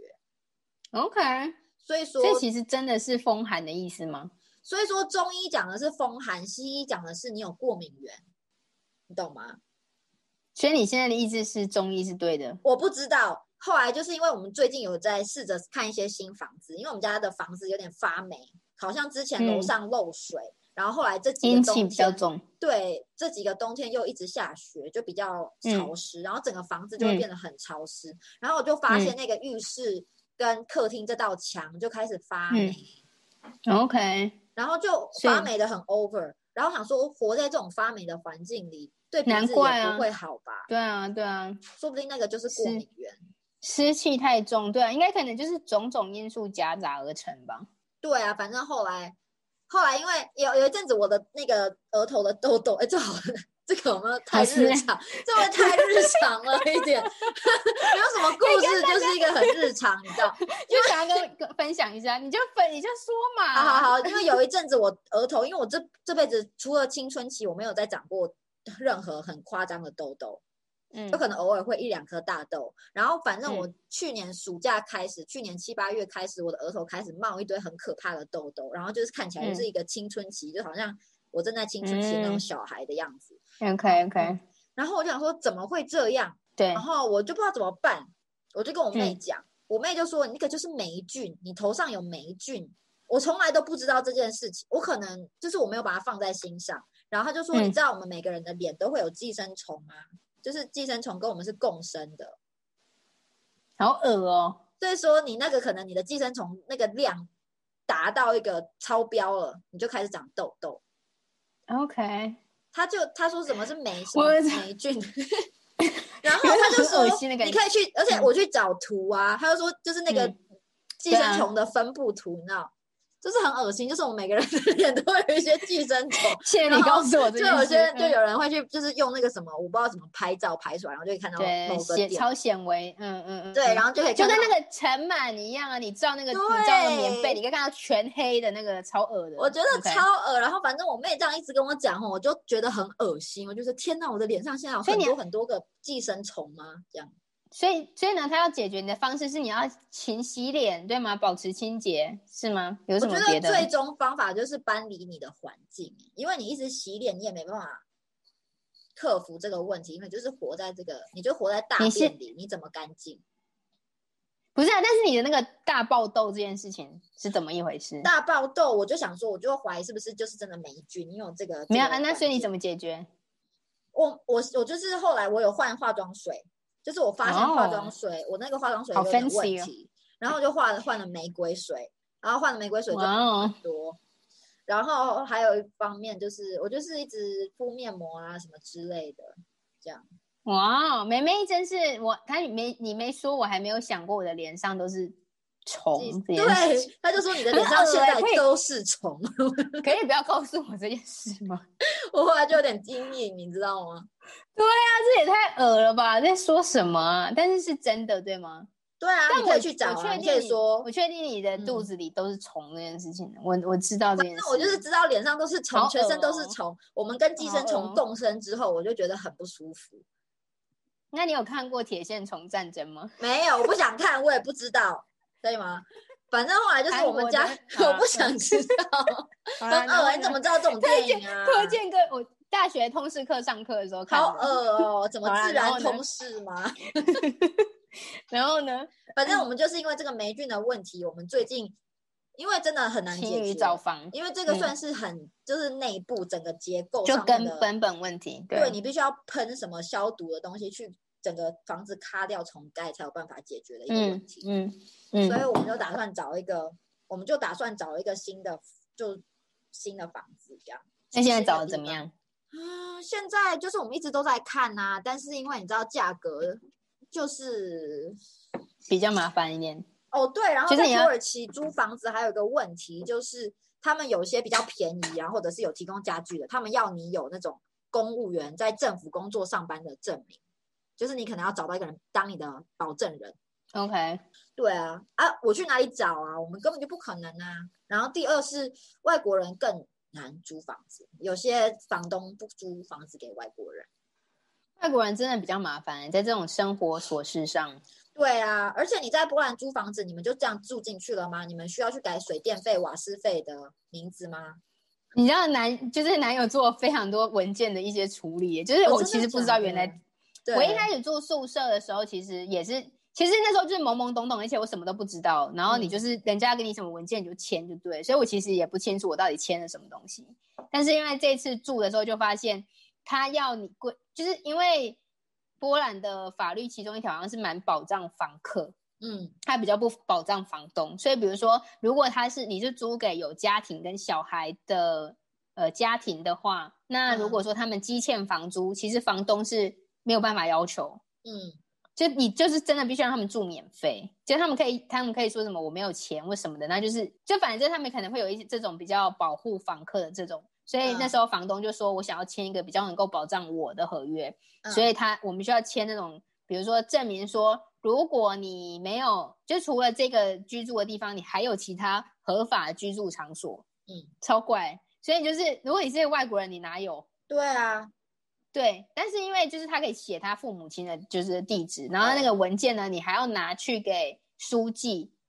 OK， 所以说， 所以其实真的是风寒的意思吗？ 所以说中医讲的是风寒，西医讲的是你有过敏源，你懂吗？ 所以你现在的意思是中医是对的？ 我不知道，后来就是因为我们最近有在试着看一些新房子，因为我们家的房子有点发霉，好像之前楼上漏水、嗯、然后后来这几个冬天阴气比较重， 对，这几个冬天又一直下雪，就比较潮湿、嗯、然后整个房子就会变得很潮湿、嗯、然后我就发现那个浴室跟客厅这道墙就开始发霉、 嗯、OK， 然后就发霉的很 over， 然后想说活在这种发霉的环境里对鼻子也不会好吧、啊、 对啊对啊， 说不定那个就是过敏源， 湿气太重，对啊，应该可能就是种种因素夹杂而成吧。 对啊，反正后来后来因为有有一阵子我的那个额头的痘痘，哎，这好这个有没有太日常？这会太日常了一点，没有什么故事，就是一个很日常，你知道？ 就想要跟分享一下，你就分你就说嘛。 好好好，因为有一阵子我额头，因为我这这辈子除了青春期，我没有再长过任何很夸张的痘痘，嗯，就可能偶尔会一两颗大痘。然后反正我去年暑假开始，嗯、去年七八月开始，我的额头开始冒一堆很可怕的痘痘，然后就是看起来就是一个青春期，嗯、就好像我正在青春期那种小孩的样子。 嗯、OK OK、嗯。 然后我就想说怎么会这样？ 对。 然后我就不知道怎么办，我就跟我妹讲、嗯，我妹就说那个就是霉菌，你头上有霉菌。我从来都不知道这件事情，我可能就是我没有把它放在心上。然后他就说、嗯、你知道我们每个人的脸都会有寄生虫吗？就是寄生虫跟我们是共生的。 好恶哦。 所以说你那个可能你的寄生虫那个量达到一个超标了，你就开始长痘痘。 OK。 他就他说什么是霉什么霉菌然后他就说你可以去，而且我去找图啊、嗯、他就说就是那个寄生虫的分布图，你知道就是很恶心，就是我们每个人的脸都会有一些寄生虫。 谢谢你告诉我这件事。 就有些就有人会去，就是用那个什么，我不知道怎么拍照拍出来，然后就可以看到某个点超显微，嗯嗯嗯， 对，然后就可以看到就跟那个尘螨一样啊，你照那个你照那个棉被，你可以看到全黑的那个，超恶的。 我觉得超恶。然后反正我妹这样一直跟我讲，我就觉得很恶心。我就说天哪，我的脸上现在有很多很多个寄生虫吗？这样。 所以，所以呢，他要解决你的方式是你要勤洗脸，对吗？保持清洁，是吗？有什么别的？ 我觉得最终方法就是搬离你的环境，因为你一直洗脸，你也没办法克服这个问题，因为就是活在这个，你就活在大便里， 你, 你怎么干净？ 不是啊，但是你的那个大爆痘这件事情是怎么一回事？ 大爆痘，我就想说，我就怀疑是不是就是真的霉菌，因为我这个没有啊，那所以你怎么解决？ 我我我就是后来我有换化妆水。就是我发现化妆水、哦、我那个化妆水有点问题、哦、然后就换换了玫瑰水，然后换了玫瑰水就很多、哦、然后还有一方面就是我就是一直敷面膜啊什么之类的这样。 哇，妹妹真是我，她没你没说，我还没有想过我的脸上都是虫。 对，他就说你的脸上现在都是虫。 可以不要告诉我这件事吗？ 我后来就有点阴影，你知道吗？ 对啊，这也太恶了吧，在说什么啊？但是是真的对吗？ 对啊，但你可以去找、啊、 我确定你可以说我确定你的肚子里都是虫这件事情、嗯、我我知道这件事。 反正我就是知道脸上都是虫、哦、全身都是虫，我们跟寄生虫共生之后、哦、我就觉得很不舒服。 那你有看过铁线虫战争吗？ 没有，我不想看，我也不知道，可以吗？反正后来就是我们家我不想知道。很恶心，你怎么知道这种电影啊？ 推荐个我大学通识课上课的时候看的。 好恶哦，怎么自然通识吗？ 然后呢？ 反正我们就是因为这个霉菌的问题，我们最近因为真的很难解决， 找房， 因为这个算是很、嗯、就是内部整个结构上面的就根本本问题。对， 对你必须要喷什么消毒的东西去整个房子卡掉重盖才有办法解决的一个问题。 嗯 嗯, 嗯所以我们就打算找一个，我们就打算找一个新的，就新的房子这样。 那现在找的怎么样？ 嗯，现在就是我们一直都在看啊，但是因为你知道价格就是比较麻烦一点。 哦，对，然后在土耳其租房子还有一个问题，就是他们有些比较便宜啊，或者是有提供家具的，他们要你有那种公务员在政府工作上班的证明，就是你可能要找到一个人当你的保证人。 OK， 对啊，啊，我去哪里找啊？我们根本就不可能啊。然后第二是外国人更难租房子，有些房东不租房子给外国人。 外国人真的比较麻烦，在这种生活琐事上。 对啊，而且你在波兰租房子，你们就这样住进去了吗？你们需要去改水电费、瓦斯费的名字吗？ 你知道男就是男友做非常多文件的一些处理，就是我其实不知道原来，我一开始住宿舍的时候，其实也是，其实那时候就是懵懵懂懂，而且我什么都不知道。然后你就是人家给你什么文件你就签就对，所以我其实也不清楚我到底签了什么东西。但是因为这次住的时候就发现，他要你归，就是因为波兰的法律其中一条好像是蛮保障房客。嗯，他比较不保障房东，所以比如说，如果他是你是租给有家庭跟小孩的呃家庭的话，那如果说他们积欠房租，嗯、其实房东是没有办法要求，嗯，就你就是真的必须让他们住免费，就他们可以他们可以说什么我没有钱或什么的，那就是就反正他们可能会有一些这种比较保护房客的这种，所以那时候房东就说我想要签一个比较能够保障我的合约，嗯、所以他我们需要签那种，比如说证明说。如果你没有，就除了这个居住的地方，你还有其他合法的居住场所，嗯，超怪。所以就是，如果你是个外国人，你哪有？ 对啊， 对。但是因为就是他可以写他父母亲的就是地址，然后那个文件呢，你还要拿去给书记，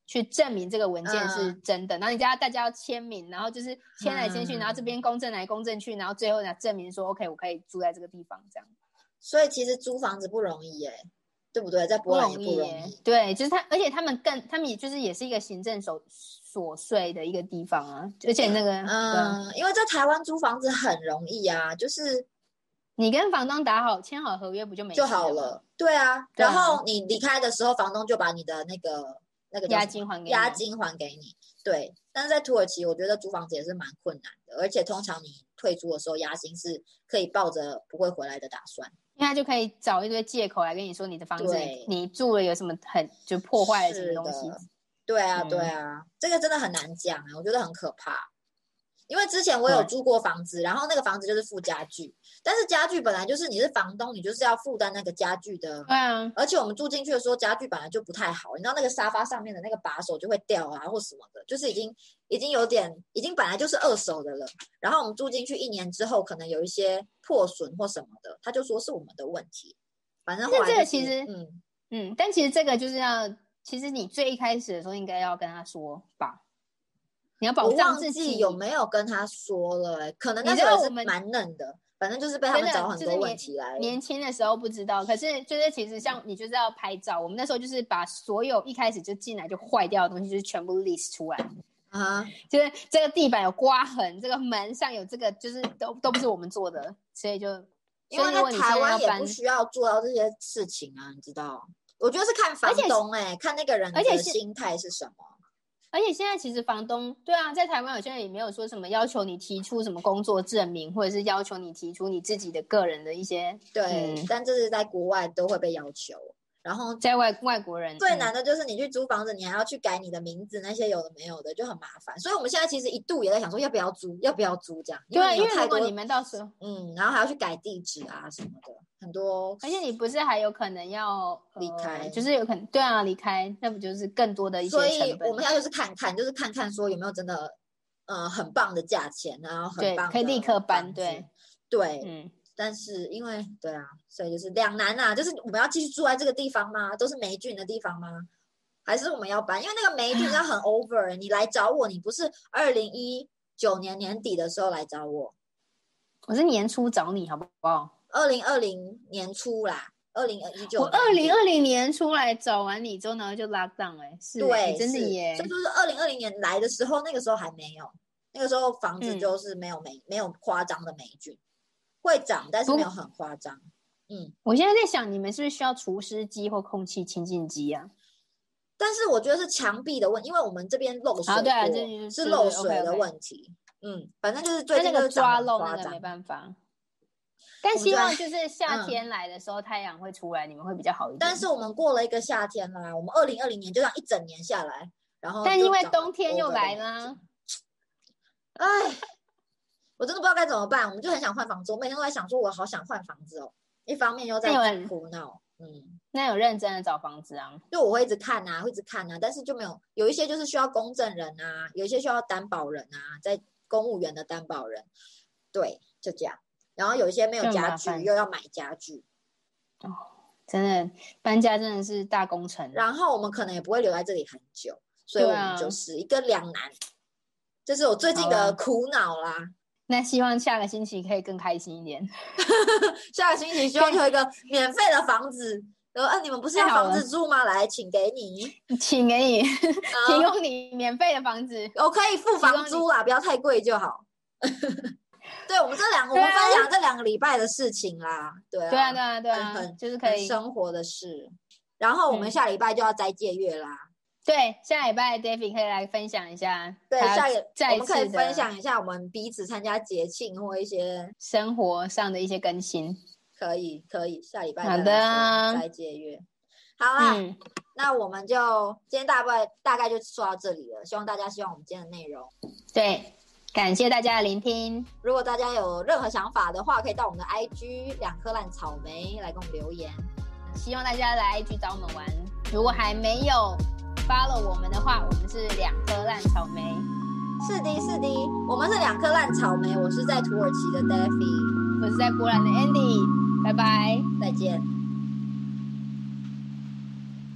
去证明这个文件是真的，嗯、然后你家大家要签名，然后就是签来签去，嗯、然后这边公证来公证去，然后最后呢证明说 OK 我可以住在这个地方这样。 所以其实租房子不容易耶，对不对？在波兰也不容易。不容易对，就是他，而且他们更，他们也就是也是一个行政手琐碎的一个地方啊，而且那个嗯，因为在台湾租房子很容易啊，就是你跟房东打好签好合约不就没事就好了？对啊，然后你离开的时候，房东就把你的那个那个押金还给你， 押金还给你。对，但是在土耳其，我觉得租房子也是蛮困难的，而且通常你退租的时候，押金是可以抱着不会回来的打算。 因为他就可以找一堆借口来跟你说你的房子你住了有什么很就破坏了什么东西。 对啊对啊、嗯、这个真的很难讲，我觉得很可怕。因为之前我有租过房子，然后那个房子就是附家具，但是家具本来就是你是房东，你就是要负担那个家具的。 对啊， 而且我们住进去的时候，家具本来就不太好，你知道那个沙发上面的那个把手就会掉啊，或什么的，就是已经已经有点，已经本来就是二手的了。然后我们住进去一年之后，可能有一些破损或什么的，他就说是我们的问题。反正后来、就是、 这个其实，嗯嗯，但其实这个就是要，其实你最一开始的时候应该要跟他说吧。你要保障自己。 我忘记有没有跟他说了、欸、可能那时候是蛮嫩的，反正就是被他们找很多问题来、 就是、年, 年轻的时候不知道，可是就是其实像你就是要拍照，我们那时候就是把所有一开始就进来就坏掉的东西就是全部 list 出来啊， uh-huh. 就是这个地板有刮痕，这个门上有这个就是都都不是我们做的，所以就因为在台湾也不需要做到这些事情啊，你知道，我觉得是看房东哎、欸，看那个人的心态是什么。 而且现在其实房东对啊，在台湾有些人也没有说什么要求你提出什么工作证明，或者是要求你提出你自己的个人的一些对、嗯、但这是在国外都会被要求。然后在外外国人最难的就是你去租房子、嗯、你还要去改你的名字，那些有的没有的就很麻烦。所以我们现在其实一度也在想说要不要租要不要租这样。 对啊， 因为如果你们到时候嗯，然后还要去改地址啊什么的，很多。 而且你不是还有可能要离开、呃、 就是有可能对啊离开，那不就是更多的一些成本。 所以我们现在就是看看就是看看说有没有真的呃很棒的价钱，然后很棒的对可以立刻搬。对对嗯， 但是因为对啊，所以就是两难啊，就是我们要继续住在这个地方吗？都是霉菌的地方吗？还是我们要搬？因为那个霉菌要很 over 你来找我，你不是二零一九年年底的时候来找我， 我是年初找你好不好？ 二零二零年初啦，二零一九我二零二零年出来找完你之后，然后就 lock down 哎、欸，是对、 欸，真的耶。 所以就是二零二零年来的时候，那个时候还没有，那个时候房子就是没有霉、嗯、没有夸张的霉菌。会长，但是没有很夸张。嗯， 我现在在想，你们是不是需要除湿机或空气清净机啊？ 但是我觉得是墙壁的问题，因为我们这边漏水过、啊， 对啊，这是漏水的问题。 对对对嗯，反正就是最近就是抓漏那个没办法。但希望就是夏天来的时候，太阳会出来，嗯、你们会比较好一点。 但是我们过了一个夏天啦，我们二零二零年就这样一整年下来，然后但因为冬天又来了， 哎。我真的不知道该怎么办，我们就很想换房子，我每天都在想说我好想换房子哦，一方面又在苦恼。嗯， 那有认真的找房子啊？ 就我会一直看啊，会一直看啊，但是就没有，有一些就是需要公证人啊，有一些需要担保人啊，在公务员的担保人，对，就这样。然后有一些没有家具，又要买家具。 哦，真的搬家真的是大工程。 然后我们可能也不会留在这里很久，所以我们就是一个两难，这是我最近的苦恼啦。 那希望下个星期可以更开心一点。 下个星期希望有一个免费的房子。然后，啊，你们不是要房子住吗？来，请给你， 请给你，提供你免费的房子。 我可以付房租啦，不要太贵就好。对，我们这两个，我们分享这两个礼拜的事情啦。对啊， 对啊，对啊，对啊， 很就是可以生活的事。然后我们下礼拜就要斋戒月啦。 对，下礼拜 David 可以来分享一下。 对，下个我们可以分享一下我们彼此参加节庆或一些生活上的一些更新。 可以，可以，下礼拜好的斋戒月。好啦、嗯，那我们就今天大概大概就说到这里了。希望大家喜欢我们今天的内容。 对，感谢大家的聆听。 如果大家有任何想法的话，可以到我们的 I G 两颗烂草莓来跟我们留言。 希望大家来 I G 找我们玩。如果还没有follow 我们的话，我们是两颗烂草莓。 是的，是的，我们是两颗烂草莓。我是在土耳其的 Daffy， 我是在波兰的 Andy。拜拜， 再见。